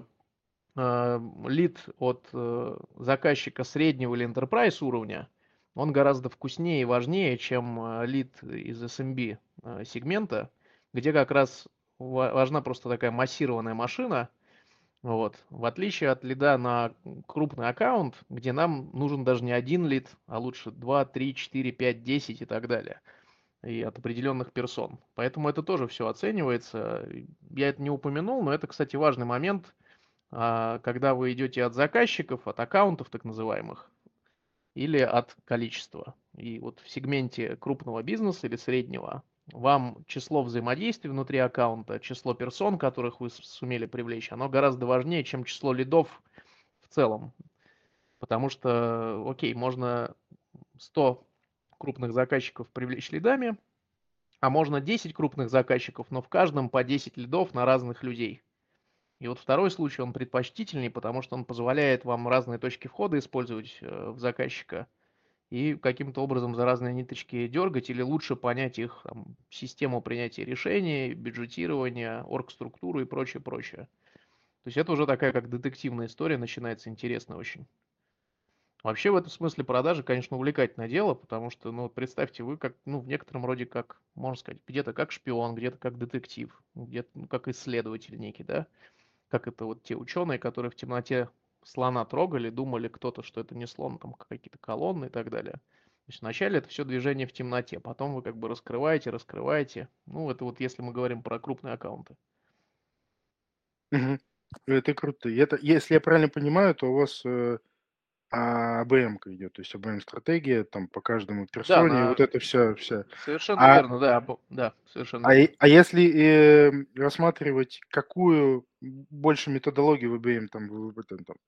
[SPEAKER 5] лид от заказчика среднего или enterprise уровня, он гораздо вкуснее и важнее, чем лид из SMB сегмента, где как раз важна просто такая массированная машина, вот, в отличие от лида на крупный аккаунт, где нам нужен даже не один лид, а лучше 2, 3, 4, 5, 10 и так далее, и от определенных персон. Поэтому это тоже все оценивается. Я это не упомянул, но это, кстати, важный момент, когда вы идете от заказчиков, от аккаунтов так называемых, или от количества. И вот в сегменте крупного бизнеса или среднего вам число взаимодействий внутри аккаунта, число персон, которых вы сумели привлечь, оно гораздо важнее, чем число лидов в целом. Потому что, окей, можно 100 крупных заказчиков привлечь лидами, а можно 10 крупных заказчиков, но в каждом по 10 лидов на разных людей. И вот второй случай, он предпочтительней, потому что он позволяет вам разные точки входа использовать в заказчика и каким-то образом за разные ниточки дергать или лучше понять их там, систему принятия решений, бюджетирования, оргструктуру и прочее, прочее. То есть это уже такая как детективная история, начинается интересно очень. Вообще в этом смысле продажи, конечно, увлекательное дело, потому что, представьте, вы как, в некотором роде как, можно сказать, где-то как шпион, где-то как детектив, где-то как исследователь некий, да, как это вот те ученые, которые в темноте слона трогали, думали кто-то, что это не слон, там какие-то колонны и так далее. То есть вначале это все движение в темноте, потом вы как бы раскрываете. Это вот если мы говорим про крупные аккаунты.
[SPEAKER 3] Мгм. Это круто. И это, если я правильно понимаю, то у вас АБМ-ка идет, то есть АБМ-стратегия там по каждому
[SPEAKER 5] Да,
[SPEAKER 3] персоне, и вот это вся.
[SPEAKER 5] совершенно
[SPEAKER 3] А,
[SPEAKER 5] верно, да, да, совершенно
[SPEAKER 3] а,
[SPEAKER 5] верно.
[SPEAKER 3] а если рассматривать, какую больше методологию в АБМ там, в этом там,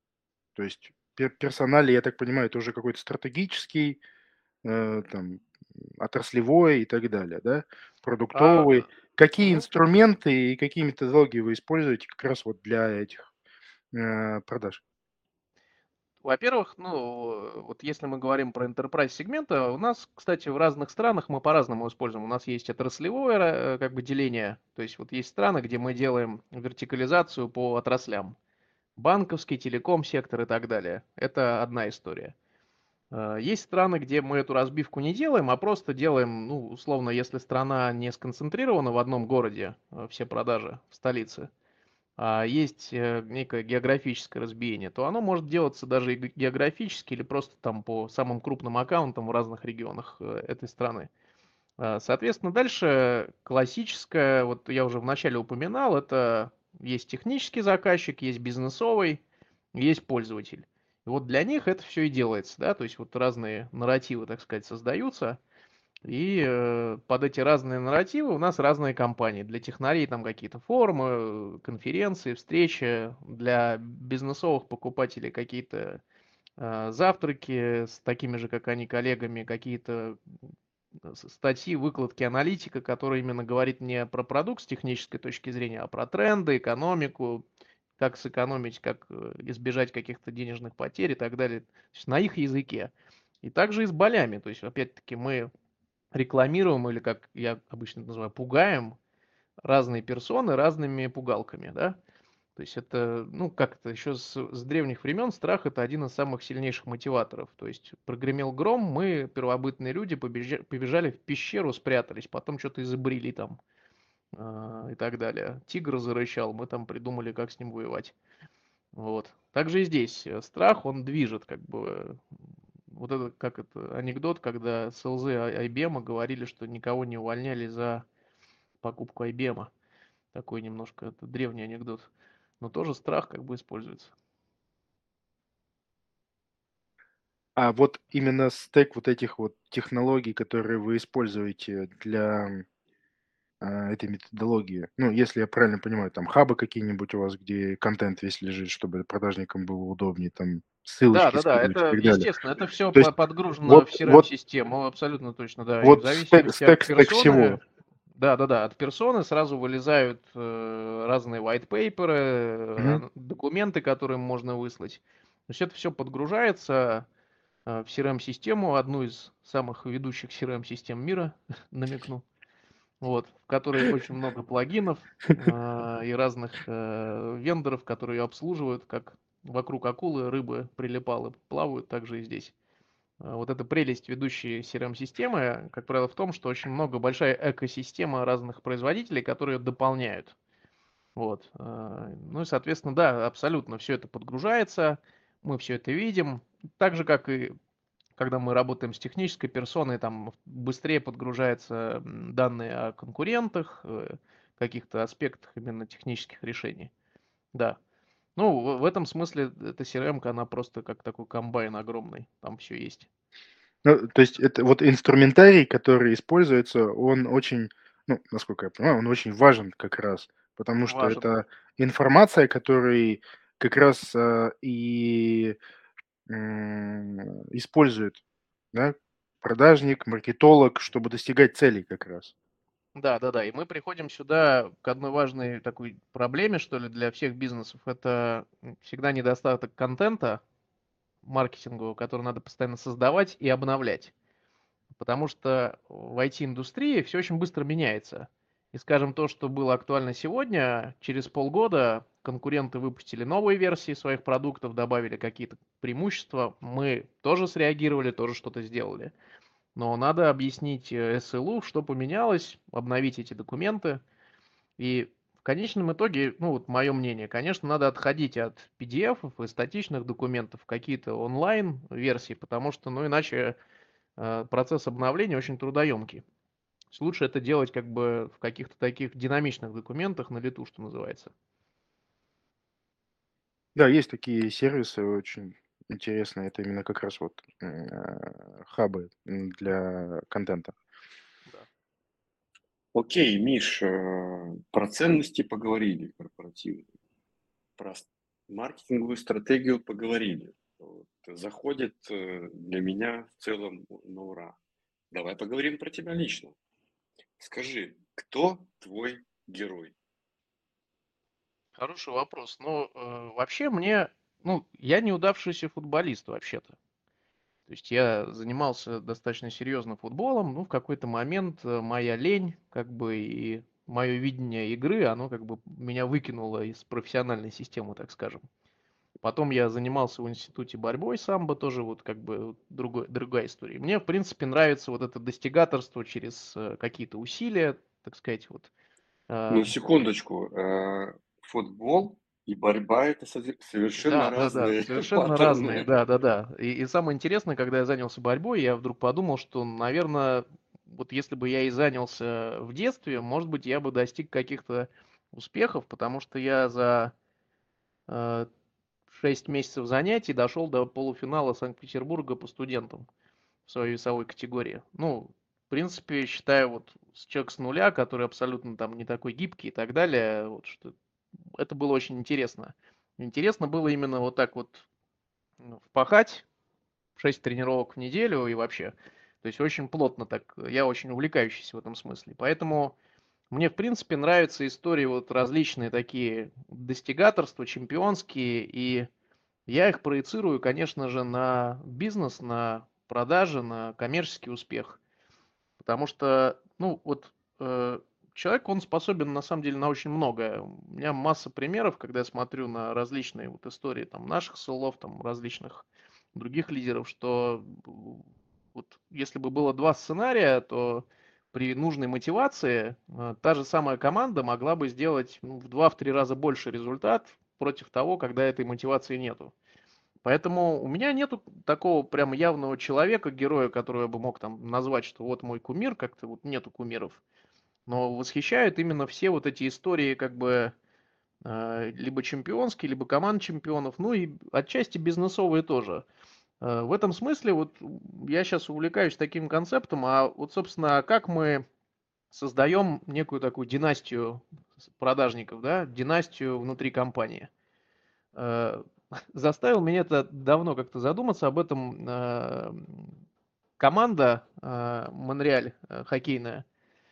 [SPEAKER 3] то есть персонале, я так понимаю, это уже какой-то стратегический, там, отраслевой и так далее, да,
[SPEAKER 5] А,
[SPEAKER 3] продуктовый. Какие
[SPEAKER 5] мгм.
[SPEAKER 3] инструменты и какие методологии вы используете как раз вот для этих продаж?
[SPEAKER 5] Во-первых, вот если мы говорим про enterprise сегмента, у нас, кстати, в разных странах мы по-разному используем. У нас есть отраслевое как бы деление, то есть вот есть страны, где мы делаем вертикализацию по отраслям. Банковский, телеком сектор и так далее. Это одна история. Есть страны, где мы эту разбивку не делаем, а просто делаем, ну, условно, если страна не сконцентрирована в одном городе, все продажи в столице, а есть некое географическое разбиение, то оно может делаться даже и географически или просто там по самым крупным аккаунтам в разных регионах этой страны. Соответственно, дальше классическое, вот я уже вначале упоминал, это есть технический заказчик, есть бизнесовый, есть пользователь. И вот для них это все и делается, да, то есть вот разные нарративы, так сказать, создаются, и под эти разные нарративы у нас разные компании. Для технарей там какие-то форумы, конференции, встречи, для бизнесовых покупателей какие-то завтраки с такими же, как они, коллегами, какие-то статьи, выкладки аналитика, которая именно говорит не про продукт с технической точки зрения, а про тренды, экономику, как сэкономить, как избежать каких-то денежных потерь и так далее. То есть на их языке. И также и с болями. То есть, опять-таки, мы рекламируем или, как я обычно называю, пугаем разные персоны разными пугалками, да. То есть это, ну, как это, еще с древних времен страх это один из самых сильнейших мотиваторов. То есть прогремел гром, мы, первобытные люди, побежали в пещеру, спрятались, потом что-то изобрели там и так далее. Тигр зарычал, мы там придумали, как с ним воевать. Вот. Также и здесь страх, он движет, как бы, вот это, как это, анекдот, когда с ЛЗ IBM говорили, что никого не увольняли за покупку IBM. Такой немножко, это древний анекдот. Но тоже страх как бы используется.
[SPEAKER 3] А вот именно стек вот этих вот технологий, которые вы используете для этой методологии, ну, если я правильно понимаю, там хабы какие-нибудь у вас, где контент весь лежит, чтобы продажникам было удобнее, там
[SPEAKER 5] Да,
[SPEAKER 3] ссылочки
[SPEAKER 5] да, да,
[SPEAKER 3] скидывать и
[SPEAKER 5] это
[SPEAKER 3] так далее.
[SPEAKER 5] естественно, это все
[SPEAKER 3] То есть
[SPEAKER 5] подгружено в
[SPEAKER 3] вот, вот,
[SPEAKER 5] CRM-систему, абсолютно точно, да. И в
[SPEAKER 3] вот
[SPEAKER 5] зависимости от
[SPEAKER 3] стек всего.
[SPEAKER 5] персоны, да, да, да, от персоны сразу вылезают разные white paper,
[SPEAKER 3] Мгм.
[SPEAKER 5] документы, которые можно выслать. То есть это все подгружается в CRM-систему, одну из самых ведущих CRM-систем мира, намекну, вот, в которой очень много плагинов и разных вендоров, которые ее обслуживают, как вокруг акулы рыбы прилипалы плавают, также и здесь. Вот эта прелесть ведущей CRM-системы, как правило, в том, что очень много, большая экосистема разных производителей, которые дополняют. Вот. Ну и, соответственно, да, абсолютно все это подгружается, мы все это видим. Так же, как и когда мы работаем с технической персоной, там быстрее подгружаются данные о конкурентах, каких-то аспектах именно технических решений. Да. Ну, в этом смысле эта CRM-ка, она просто как такой комбайн огромный, там все есть.
[SPEAKER 3] Ну, то есть это вот инструментарий, который используется, он очень, ну, насколько я понимаю, он очень важен как раз, потому что
[SPEAKER 5] Важен.
[SPEAKER 3] это информация, которой как раз и использует, да, продажник, маркетолог, чтобы достигать целей как раз.
[SPEAKER 5] Да, да, да. И мы приходим сюда к одной важной такой проблеме, что ли, для всех бизнесов. Это всегда недостаток контента маркетингового, который надо постоянно создавать и обновлять. Потому что в IT-индустрии все очень быстро меняется. И, скажем, то, что было актуально сегодня, через полгода конкуренты выпустили новые версии своих продуктов, добавили какие-то преимущества. Мы тоже среагировали, тоже что-то сделали. Но надо объяснить SLU, что поменялось, обновить эти документы. И в конечном итоге, ну вот мое мнение, конечно, надо отходить от PDF и статичных документов в какие-то онлайн-версии, потому что, ну, иначе процесс обновления очень трудоемкий. То есть лучше это делать как бы в каких-то таких динамичных документах на лету, что называется.
[SPEAKER 3] Да, есть такие сервисы очень интересные. Это именно как раз вот хабы для контента.
[SPEAKER 5] Да.
[SPEAKER 4] Окей, Миш, про ценности поговорили корпоративные, про маркетинговую стратегию поговорили. Вот, заходит для меня в целом на ура. Давай поговорим про тебя лично. Скажи, кто твой герой?
[SPEAKER 5] Хороший вопрос. Ну, вообще я неудавшийся футболист вообще-то. То есть я занимался достаточно серьезно футболом, ну, в какой-то момент моя лень, как бы, и мое видение игры, оно как бы меня выкинуло из профессиональной системы, так скажем. Потом я занимался в институте борьбой самбо, тоже вот как бы другая история. Мне, в принципе, нравится вот это достигаторство через какие-то усилия, так сказать, вот.
[SPEAKER 4] Ну,
[SPEAKER 5] Э,
[SPEAKER 4] секундочку. Футбол и борьба – это совершенно
[SPEAKER 5] Да, да, да,
[SPEAKER 4] разные
[SPEAKER 5] совершенно разные,
[SPEAKER 4] паттерны.
[SPEAKER 5] да, да, да. И самое интересное, когда я занялся борьбой, я вдруг подумал, что, наверное, вот если бы я и занялся в детстве, может быть, я бы достиг каких-то успехов, потому что я за э, 6 месяцев занятий дошел до полуфинала Санкт-Петербурга по студентам в своей весовой категории. Ну, в принципе, считаю, вот человек с нуля, который абсолютно там не такой гибкий и так далее, вот что это было очень интересно. Интересно было именно вот так вот впахать 6 тренировок в неделю и вообще. То есть очень плотно так. Я очень увлекающийся в этом смысле. Поэтому мне, в принципе, нравятся истории вот различные такие достигаторства, чемпионские, и я их проецирую, конечно же, на бизнес, на продажи, на коммерческий успех. Потому что, ну, вот человек, он способен на самом деле на очень многое. У меня масса примеров, когда я смотрю на различные вот истории там наших селов, там различных других лидеров, что вот если бы было два сценария, то при нужной мотивации та же самая команда могла бы сделать в 2-3 раза больше результат против того, когда этой мотивации нету. Поэтому у меня нету такого прям явного человека, героя, которого я бы мог там назвать, что вот мой кумир, как-то вот нету кумиров. Но восхищают именно все вот эти истории, как бы либо чемпионские, либо команд чемпионов, ну и отчасти бизнесовые тоже. В этом смысле вот я сейчас увлекаюсь таким концептом, а вот, собственно, как мы создаем некую такую династию продажников, да, династию внутри компании. Э, Заставил меня это давно как-то задуматься об этом. Команда Монреаль хоккейная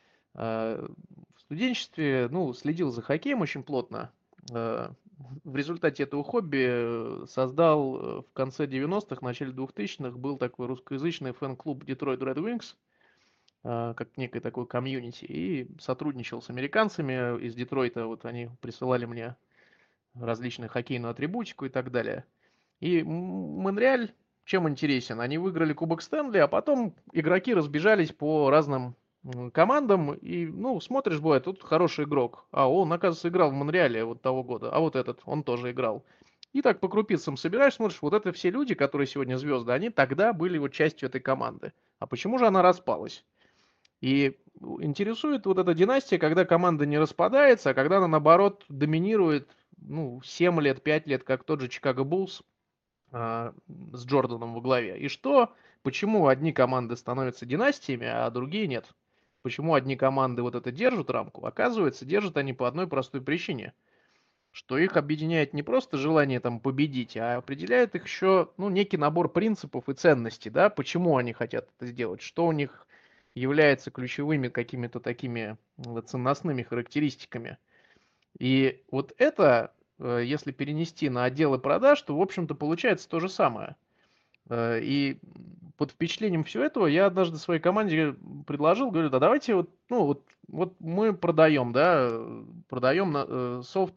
[SPEAKER 5] в студенчестве, ну, следил за хоккеем очень плотно. Э, В результате этого хобби создал в конце 90-х, начале 2000-х был такой русскоязычный фэн-клуб Detroit Red Wings, как некое такое комьюнити, и сотрудничал с американцами из Детройта. Вот они присылали мне различную хоккейную атрибутику и так далее. И Монреаль чем интересен? Они выиграли Кубок Стэнли, а потом игроки разбежались по разным командам, и, ну, смотришь, бывает, тут хороший игрок, а он, оказывается, играл в Монреале вот того года, а вот этот, он тоже играл. И так по крупицам собираешь, смотришь, вот это все люди, которые сегодня звезды, они тогда были вот частью этой команды. А почему же она распалась? И интересует вот эта династия, когда команда не распадается, а когда она, наоборот, доминирует, ну, 7 лет, 5 лет, как тот же Чикаго Буллс с Джорданом во главе. И что, почему одни команды становятся династиями, а другие нет? Почему одни команды вот это держат рамку? Оказывается, держат они по одной простой причине, что их объединяет не просто желание там победить, а определяет их еще, ну, некий набор принципов и ценностей, да, почему они хотят это сделать, что у них является ключевыми какими-то такими ценностными характеристиками. И вот это, если перенести на отделы продаж, то, в общем-то, получается то же самое. И под впечатлением всего этого я однажды своей команде предложил, говорю, да давайте вот, ну вот мы продаем, да, продаем софт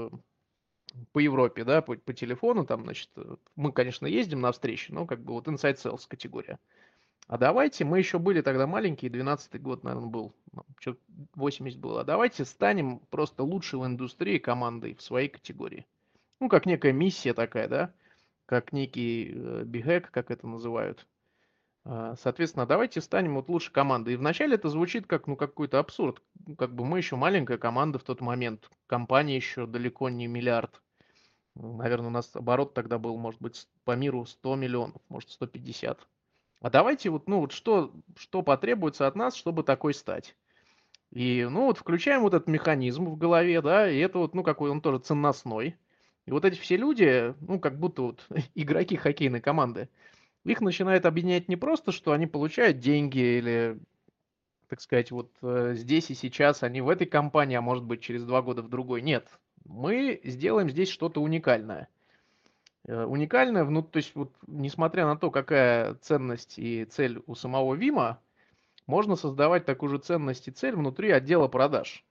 [SPEAKER 5] по Европе, да, по телефону, там, значит, мы, конечно, ездим на встречи, но как бы вот inside sales категория. А давайте, мы еще были тогда маленькие, 12-й год, наверное, был, что 80 было, а давайте станем просто лучшей в индустрии командой в своей категории. Ну, как некая миссия такая, да, как некий бигхэк, как это называют. Соответственно, давайте станем вот лучшей командой. И вначале это звучит как, ну, какой-то абсурд. Как бы мы еще маленькая команда в тот момент, компания еще далеко не миллиард. Наверное, у нас оборот тогда был, может быть, по миру 100 миллионов, может, 150. А давайте вот, ну, вот что потребуется от нас, чтобы такой стать. И, ну, вот включаем вот этот механизм в голове, да, и это вот, ну, какой он тоже ценностной. И вот эти все люди, ну, как будто вот игроки хоккейной команды, их начинает объединять не просто, что они получают деньги или, так сказать, вот здесь и сейчас они в этой компании, а может быть через 2 года в другой. Нет, мы сделаем здесь что-то уникальное. Уникальное, ну, то есть вот несмотря на то, какая ценность и цель у самого Вима, можно создавать такую же ценность и цель внутри отдела продаж.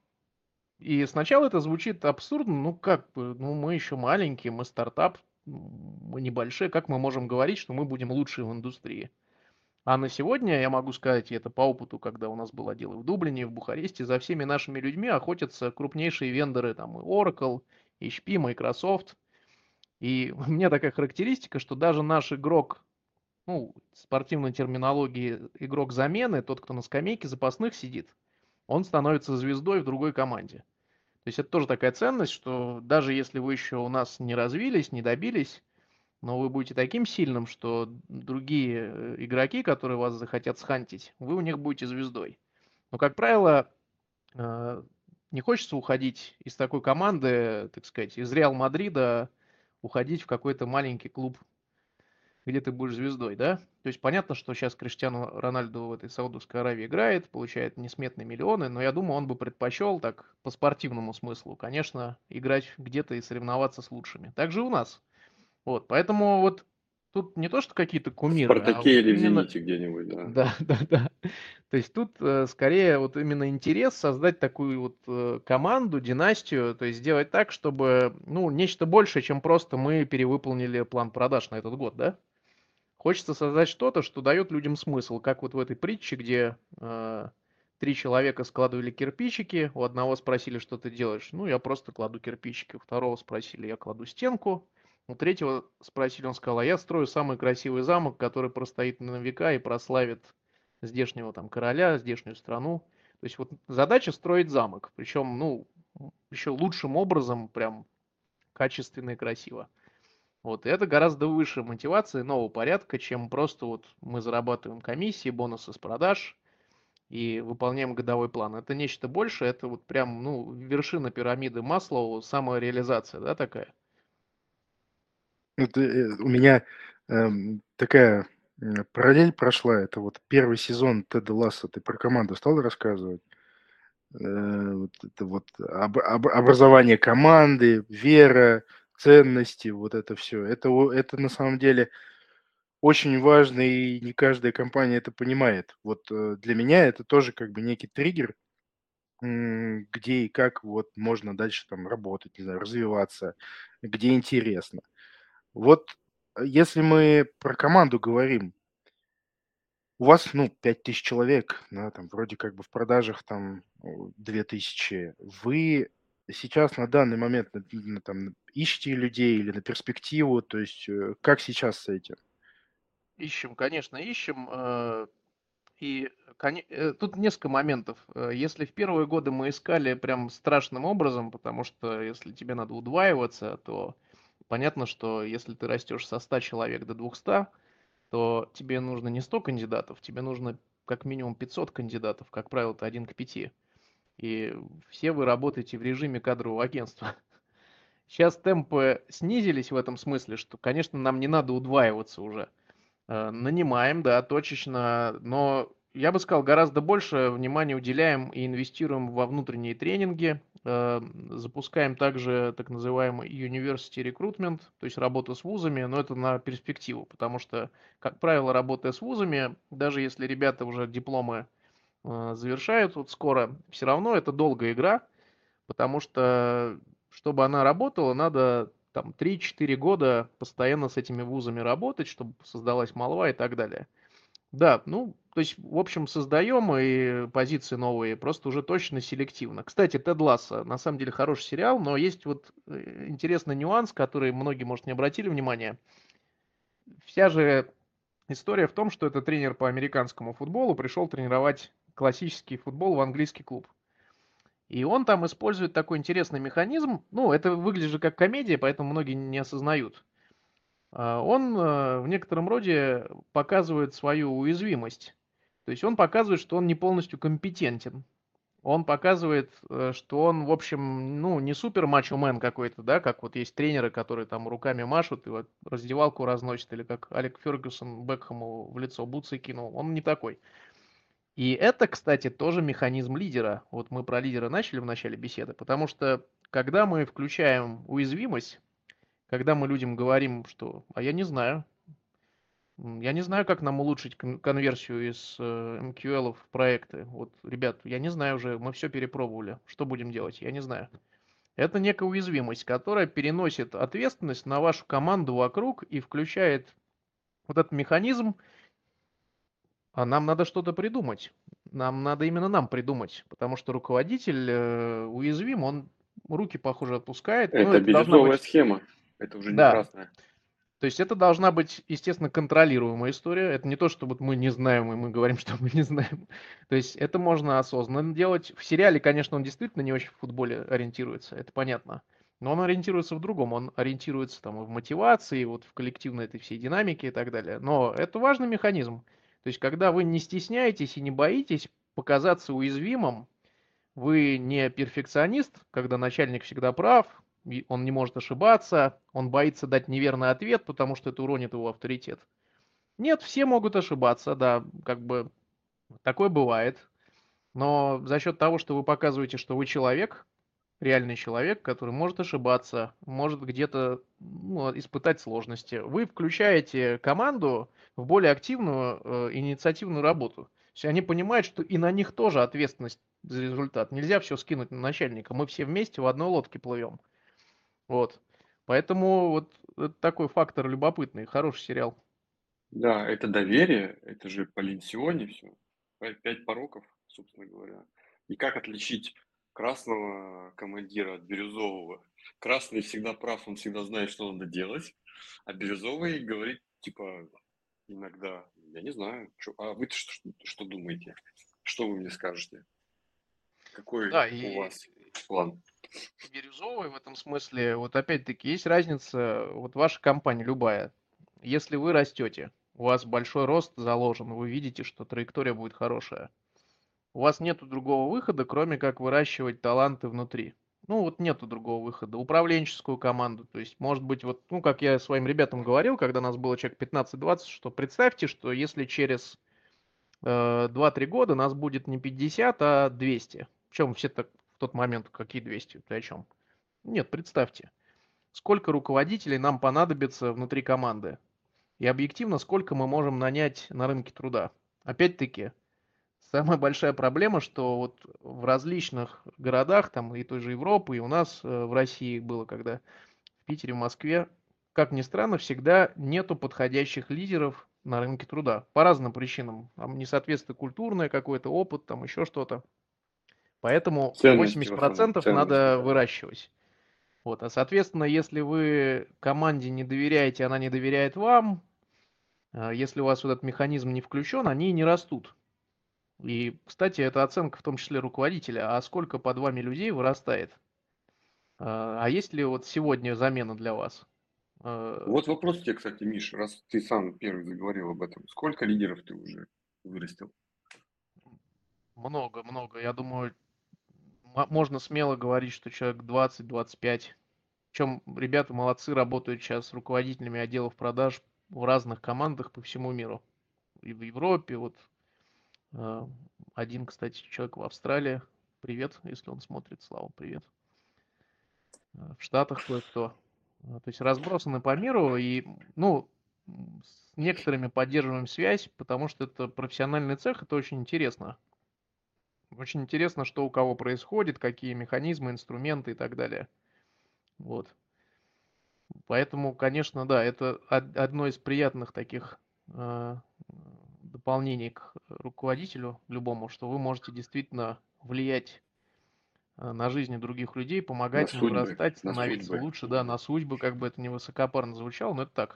[SPEAKER 5] И сначала это звучит абсурдно, ну как бы, ну мы еще маленькие, мы стартап, мы небольшие, как мы можем говорить, что мы будем лучшие в индустрии? А на сегодня я могу сказать, и это по опыту, когда у нас был отдел и в Дублине, и в Бухаресте, за всеми нашими людьми охотятся крупнейшие вендоры, там и Oracle, HP, Microsoft. И у меня такая характеристика, что даже наш игрок, ну, в спортивной терминологии, игрок замены, тот, кто на скамейке запасных сидит, он становится звездой в другой команде. То есть это тоже такая ценность, что даже если вы еще у нас не развились, не добились, но вы будете таким сильным, что другие игроки, которые вас захотят схантить, вы у них будете звездой. Но, как правило, э, не хочется уходить из такой команды, так сказать, из Реал Мадрида, уходить в какой-то маленький клуб, где ты будешь звездой, да? То есть понятно, что сейчас Криштиану Рональду в этой Саудовской Аравии играет, получает несметные миллионы, но я думаю, он бы предпочел так по спортивному смыслу, конечно, играть где-то и соревноваться с лучшими. Так же у нас. Вот, поэтому вот тут не то, что какие-то
[SPEAKER 4] В
[SPEAKER 5] кумиры, а
[SPEAKER 4] «Спартаке»
[SPEAKER 5] вот
[SPEAKER 4] или в
[SPEAKER 5] именно...
[SPEAKER 4] «Зените» где-нибудь, да.
[SPEAKER 5] Да, да, да. То есть тут скорее вот именно интерес создать такую вот команду, династию, то есть сделать так, чтобы, ну, нечто большее, чем просто мы перевыполнили план продаж на этот год, да? Хочется создать что-то, что дает людям смысл, как вот в этой притче, где 3 человека складывали кирпичики, у одного спросили, что ты делаешь, ну, я просто кладу кирпичики, у второго спросили, я кладу стенку, у третьего спросили, он сказал, а я строю самый красивый замок, который простоит на века и прославит здешнего там короля, здешнюю страну. То есть вот задача строить замок, причем, ну, еще лучшим образом, прям качественно и красиво. Вот, и это гораздо выше мотивации нового порядка, чем просто вот мы зарабатываем комиссии, бонусы с продаж и выполняем годовой план. Это нечто большее, это вот прям, ну, вершина пирамиды Маслоу, самореализация, да, такая?
[SPEAKER 3] Это, у меня, такая, параллель прошла. Это вот первый сезон Теда Лассо. Ты про команду стал рассказывать? Вот это вот образование команды, вера, ценности, вот это все. Это на самом деле очень важно, и не каждая компания это понимает. Вот, для меня это тоже как бы некий триггер, где и как вот можно дальше там работать, не знаю, развиваться, где интересно. Вот, если мы про команду говорим, у вас, ну, 5000 человек, да, там вроде как бы в продажах там 2000. Вы сейчас на данный момент там ищете людей или на перспективу, то есть как сейчас с этим?
[SPEAKER 5] Ищем, конечно, ищем. Тут несколько моментов. Если в первые годы мы искали прям страшным образом, потому что если тебе надо удваиваться, то понятно, что если ты растешь со 100 человек до 200, то тебе нужно не 100 кандидатов, тебе нужно как минимум 500 кандидатов, как правило, это 1 к 5. И все вы работаете в режиме кадрового агентства. Сейчас темпы снизились в этом смысле, что, конечно, нам не надо удваиваться уже. Нанимаем, да, точечно, но я бы сказал, гораздо больше внимания уделяем и инвестируем во внутренние тренинги. Запускаем также так называемый University Recruitment, то есть работу с вузами, но это на перспективу, потому что, как правило, работая с вузами, даже если ребята уже дипломы завершают вот скоро, все равно это долгая игра, потому что, чтобы она работала, надо там 3-4 года постоянно с этими вузами работать, чтобы создалась молва и так далее. Да, ну, то есть, в общем, создаем и позиции новые, просто уже точно селективно. Кстати, Тед Лассо, на самом деле, хороший сериал, но есть вот интересный нюанс, который многие, может, не обратили внимания. Вся же история в том, что это тренер по американскому футболу пришел тренировать классический футбол в английский клуб. И он там использует такой интересный механизм. Ну, это выглядит же как комедия, поэтому многие не осознают. Он в некотором роде показывает свою уязвимость. То есть он показывает, что он не полностью компетентен. Он показывает, что он, в общем, ну, не супер мачо-мен какой-то, да, как вот есть тренеры, которые там руками машут и вот раздевалку разносят, или как Алек Фергюсон Бекхэму в лицо бутсы кинул. Он не такой. И это, кстати, тоже механизм лидера. Вот мы про лидера начали в начале беседы, потому что когда мы включаем уязвимость, когда мы людям говорим, что «а я не знаю», я не знаю, как нам улучшить конверсию из MQL в проекты. Вот, ребят, я не знаю уже, мы все перепробовали. Что будем делать? Я не знаю. Это некая уязвимость, которая переносит ответственность на вашу команду вокруг и включает вот этот механизм, а нам надо что-то придумать. Нам надо именно нам придумать, потому что руководитель уязвим, он руки, похоже, отпускает. Ну,
[SPEAKER 4] Это
[SPEAKER 5] это должна
[SPEAKER 4] бирюзовая
[SPEAKER 5] быть,
[SPEAKER 4] схема, это уже не
[SPEAKER 5] да,
[SPEAKER 4] красная.
[SPEAKER 5] то есть это должна быть, естественно, контролируемая история. Это не то, что вот мы не знаем, и мы говорим, что мы не знаем. То есть это можно осознанно делать. В сериале, конечно, он действительно не очень в футболе ориентируется, это понятно. Но он ориентируется в другом. Он ориентируется там и в мотивации, и вот в коллективной этой всей динамике и так далее. Но это важный механизм. То есть когда вы не стесняетесь и не боитесь показаться уязвимым, вы не перфекционист, когда начальник всегда прав, он не может ошибаться, он боится дать неверный ответ, потому что это уронит его авторитет. Нет, все могут ошибаться, да, как бы такое бывает. Но за счет того, что вы показываете, что вы человек, реальный человек, который может ошибаться, может где-то ну, испытать сложности, вы включаете команду в более активную инициативную работу. То есть они понимают, что и на них тоже ответственность за результат. Нельзя все скинуть на начальника. Мы все вместе в одной лодке плывем. Вот. Поэтому вот это такой фактор любопытный, хороший сериал.
[SPEAKER 4] Да, это доверие, это же по Ленсионе все. Пять пороков, собственно говоря. И как отличить красного командира от бирюзового? Красный всегда прав, он всегда знает, что надо делать. А бирюзовый говорит, типа, иногда, я не знаю, а вы что думаете? Что вы мне скажете? Какой
[SPEAKER 5] Да,
[SPEAKER 4] у
[SPEAKER 5] и
[SPEAKER 4] вас план?
[SPEAKER 5] бирюзовый в этом смысле, вот опять-таки есть разница, вот ваша компания любая, если вы растете, у вас большой рост заложен, вы видите, что траектория будет хорошая, у вас нету другого выхода, кроме как выращивать таланты внутри. Ну вот нету другого выхода. Управленческую команду, то есть может быть вот, ну как я своим ребятам говорил, когда нас было человек 15-20, что представьте, что если через 2-3 года нас будет не 50, а 200. Причем все так в тот момент, какие 200, ты о чем? Нет, представьте, сколько руководителей нам понадобится внутри команды. И объективно, сколько мы можем нанять на рынке труда. Опять-таки, самая большая проблема, что вот в различных городах, там и той же Европы, и у нас в России было, когда в Питере, в Москве, как ни странно, всегда нету подходящих лидеров на рынке труда. По разным причинам. Там несоответствие культурное, какой-то опыт, там еще что-то. Поэтому
[SPEAKER 4] Ценности в основном,
[SPEAKER 5] 80%
[SPEAKER 4] ценности.
[SPEAKER 5] надо выращивать. Вот, а соответственно, если вы команде не доверяете, она не доверяет вам, если у вас вот этот механизм не включен, они и не растут. И, кстати, это оценка в том числе руководителя, а сколько под вами людей вырастает? А есть ли вот сегодня замена для вас?
[SPEAKER 4] Вот вопрос тебе, кстати, Миш, раз ты сам первый заговорил об этом. Сколько лидеров ты уже вырастил?
[SPEAKER 5] Много, много. Я думаю, можно смело говорить, что человек 20-25. Причем ребята молодцы, работают сейчас с руководителями отделов продаж в разных командах по всему миру. И в Европе, вот э, один, кстати, человек в Австралии. Привет, если он смотрит, Слава, привет. В Штатах кое-кто. То есть разбросаны по миру, и, ну, с некоторыми поддерживаем связь, потому что это профессиональный цех, это очень интересно. Очень интересно, что у кого происходит, какие механизмы, инструменты и так далее. Вот. Поэтому, конечно, да, это одно из приятных таких э, дополнений к руководителю любому, что вы можете действительно влиять на жизни других людей,
[SPEAKER 4] На
[SPEAKER 5] помогать им
[SPEAKER 4] судьбы,
[SPEAKER 5] вырастать,
[SPEAKER 4] на
[SPEAKER 5] становиться
[SPEAKER 4] судьбы.
[SPEAKER 5] лучше, да, на судьбы, как бы это ни высокопарно звучало, но это так.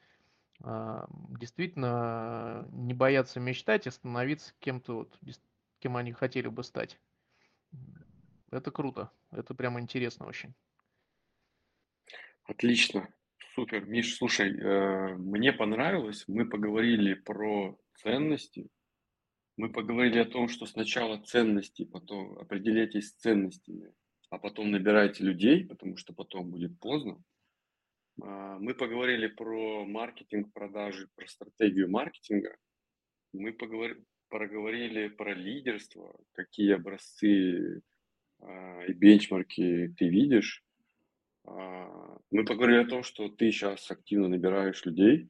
[SPEAKER 5] Действительно, не бояться мечтать и становиться кем-то, вот, кем они хотели бы стать. Это круто, это прямо интересно очень.
[SPEAKER 4] Отлично, супер. Миш, слушай, мне понравилось, мы поговорили про ценности, Мы поговорили о том, что сначала ценности, потом определяйтесь с ценностями, а потом набирайте людей, потому что потом будет поздно. Мы поговорили про маркетинг, продажи, про стратегию маркетинга. Мы проговорили про лидерство, какие образцы и бенчмарки ты видишь. Мы поговорили о том, что ты сейчас активно набираешь людей.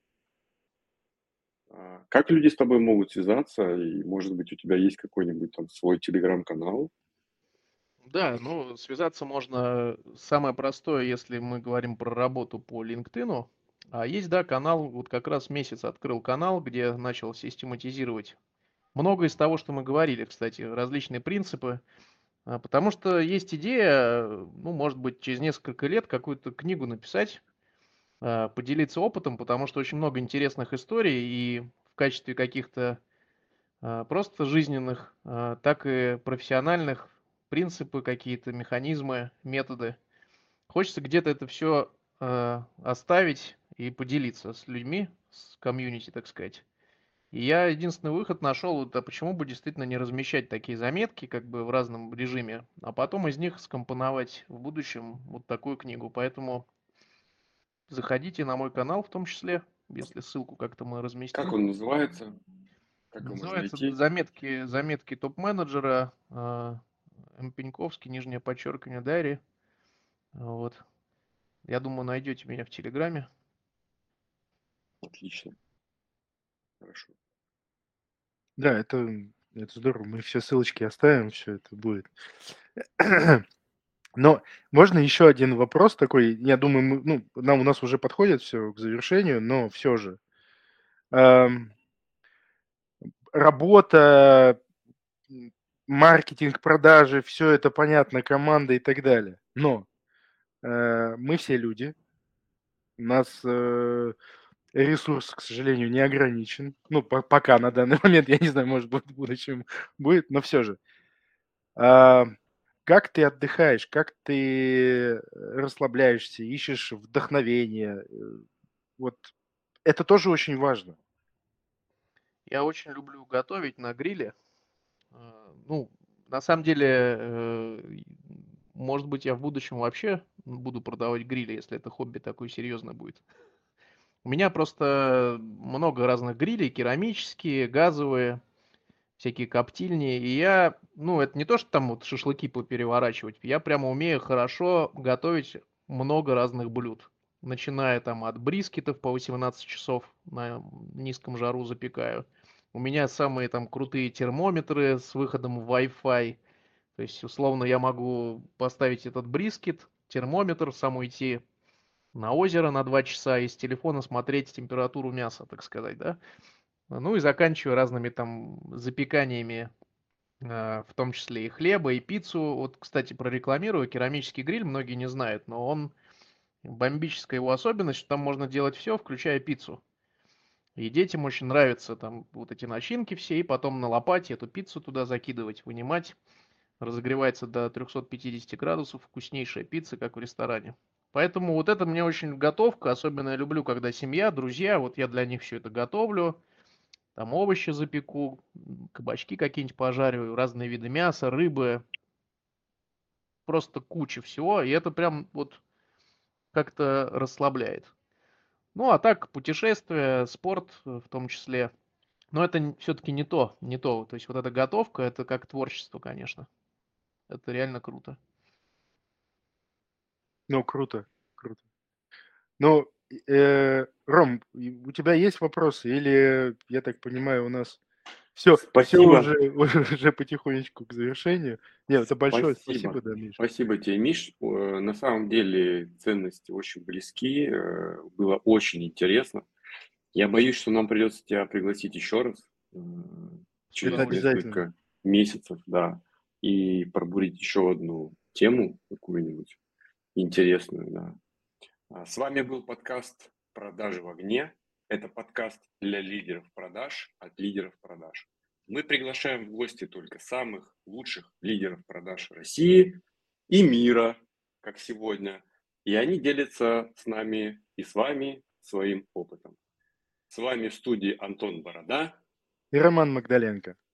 [SPEAKER 4] Как люди с тобой могут связаться? И, может быть, у тебя есть какой-нибудь там свой телеграм-канал?
[SPEAKER 5] Да, ну, связаться можно самое простое, если мы говорим про работу по LinkedIn. А есть, да, канал, вот как раз месяц открыл канал, где начал систематизировать многое из того, что мы говорили, кстати, различные принципы. Потому что есть идея, ну, может быть, через несколько лет какую-то книгу написать, поделиться опытом, потому что очень много интересных историй, и в качестве каких-то просто жизненных, так и профессиональных принципы, какие-то механизмы, методы. Хочется где-то это все оставить и поделиться с людьми, с комьюнити, так сказать. И я единственный выход нашел, вот, а почему бы действительно не размещать такие заметки, как бы в разном режиме, а потом из них скомпоновать в будущем вот такую книгу. Поэтому заходите на мой канал в том числе, если ссылку как-то мы
[SPEAKER 4] Как
[SPEAKER 5] разместим.
[SPEAKER 4] он называется? Как его можно
[SPEAKER 5] Называется
[SPEAKER 4] найти?
[SPEAKER 5] заметки топ-менеджера, Пеньковский, нижнее подчеркивание, Дайри. Вот. Я думаю, найдете меня в Телеграме.
[SPEAKER 4] Отлично. Хорошо.
[SPEAKER 3] Да, это здорово. Мы все ссылочки оставим, все это будет. Но можно еще один вопрос такой? Я думаю, у нас уже подходит все к завершению, но все же. Работа, маркетинг, продажи, все это понятно, команда и так далее. Но мы все люди, у нас ресурс, к сожалению, не ограничен. Ну, пока на данный момент, я не знаю, может быть, в будущем будет, но все же. Как ты отдыхаешь, как ты расслабляешься, ищешь вдохновение? Вот это тоже очень важно.
[SPEAKER 5] Я очень люблю готовить на гриле. Ну, на самом деле, может быть, я в будущем вообще буду продавать грили, если это хобби такое серьезное будет. У меня просто много разных грилей, керамические, газовые, всякие коптильни. И я, ну, это не то, что там вот шашлыки попереворачивать. Я прямо умею хорошо готовить много разных блюд. Начиная там от брискетов по 18 часов на низком жару запекаю. У меня самые там крутые термометры с выходом в Wi-Fi. То есть, условно, я могу поставить этот брискет, термометр, сам уйти на озеро на 2 часа и с телефона смотреть температуру мяса, так сказать, да. Ну и заканчивая разными там запеканиями, в том числе и хлеба, и пиццу. Вот, кстати, прорекламирую, керамический гриль многие не знают, но он, бомбическая его особенность, что там можно делать все, включая пиццу. И детям очень нравятся там вот эти начинки все, и потом на лопате эту пиццу туда закидывать, вынимать. Разогревается до 350 градусов, вкуснейшая пицца, как в ресторане. Поэтому вот это мне очень готовка, особенно я люблю, когда семья, друзья, вот я для них все это готовлю, там овощи запеку, кабачки какие-нибудь пожариваю, разные виды мяса, рыбы, просто куча всего, и это прям вот как-то расслабляет. Ну, а так, путешествия, спорт в том числе. Но это все-таки не то. То есть вот эта готовка, это как творчество, конечно. Это реально круто.
[SPEAKER 3] Ну, круто, круто. Ну, Ром, у тебя есть вопросы? Или, я так понимаю, у нас все
[SPEAKER 4] Спасибо.
[SPEAKER 3] уже потихонечку к завершению? Нет, это большое
[SPEAKER 4] Спасибо.
[SPEAKER 3] спасибо, да, Миш.
[SPEAKER 4] Спасибо тебе, Миш. На самом деле ценности очень близки. Было очень интересно. Я боюсь, что нам придется тебя пригласить еще раз
[SPEAKER 3] Это
[SPEAKER 4] через
[SPEAKER 3] обязательно.
[SPEAKER 4] несколько месяцев, да, и пробурить еще одну тему какую-нибудь интересную, да. С вами был подкаст «Продажи в огне». Это подкаст для лидеров продаж от лидеров продаж. Мы приглашаем в гости только самых лучших лидеров продаж России и мира, как сегодня. И они делятся с нами и с вами своим опытом. С вами в студии Антон Борода
[SPEAKER 3] И Роман Магдаленко.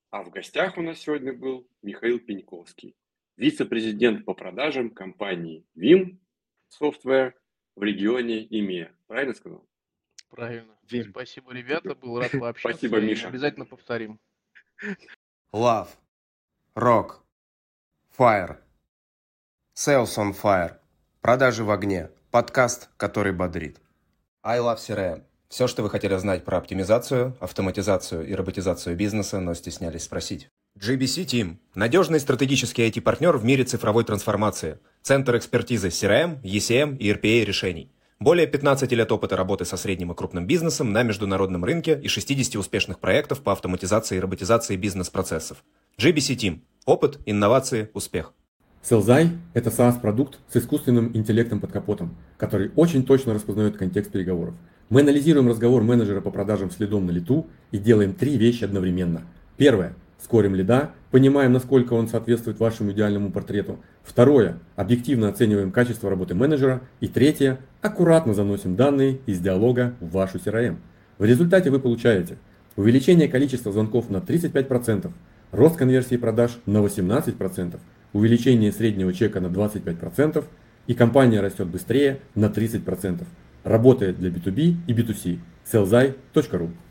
[SPEAKER 4] А в гостях у нас сегодня был Михаил Пеньковский, вице-президент по продажам компании Vim Software в регионе EMEA. Правильно сказал?
[SPEAKER 5] Правильно.
[SPEAKER 3] Вим.
[SPEAKER 5] Спасибо, ребята. Был рад пообщаться.
[SPEAKER 4] Спасибо,
[SPEAKER 5] и
[SPEAKER 4] Миша.
[SPEAKER 5] обязательно повторим.
[SPEAKER 1] Love, Rock, Fire, Sales on Fire, продажи в огне, подкаст, который бодрит. I Love CRM. Все, что вы хотели знать про оптимизацию, автоматизацию и роботизацию бизнеса, но стеснялись спросить. GBC Team – надежный стратегический IT-партнер в мире цифровой трансформации, центр экспертизы CRM, ECM и RPA решений. Более 15 лет опыта работы со средним и крупным бизнесом на международном рынке и 60 успешных проектов по автоматизации и роботизации бизнес-процессов. GBC Team – опыт, инновации, успех.
[SPEAKER 2] Sellzai – это SaaS-продукт с искусственным интеллектом под капотом, который очень точно распознает контекст переговоров. Мы анализируем разговор менеджера по продажам следом на лету и делаем три вещи одновременно. Первое – скорим лида, понимаем, насколько он соответствует вашему идеальному портрету. Второе – объективно оцениваем качество работы менеджера. И третье – аккуратно заносим данные из диалога в вашу CRM. В результате вы получаете увеличение количества звонков на 35%, рост конверсии продаж на 18%, увеличение среднего чека на 25%, и компания растет быстрее на 30%. Работает для B2B и B2C. Sellzai.ru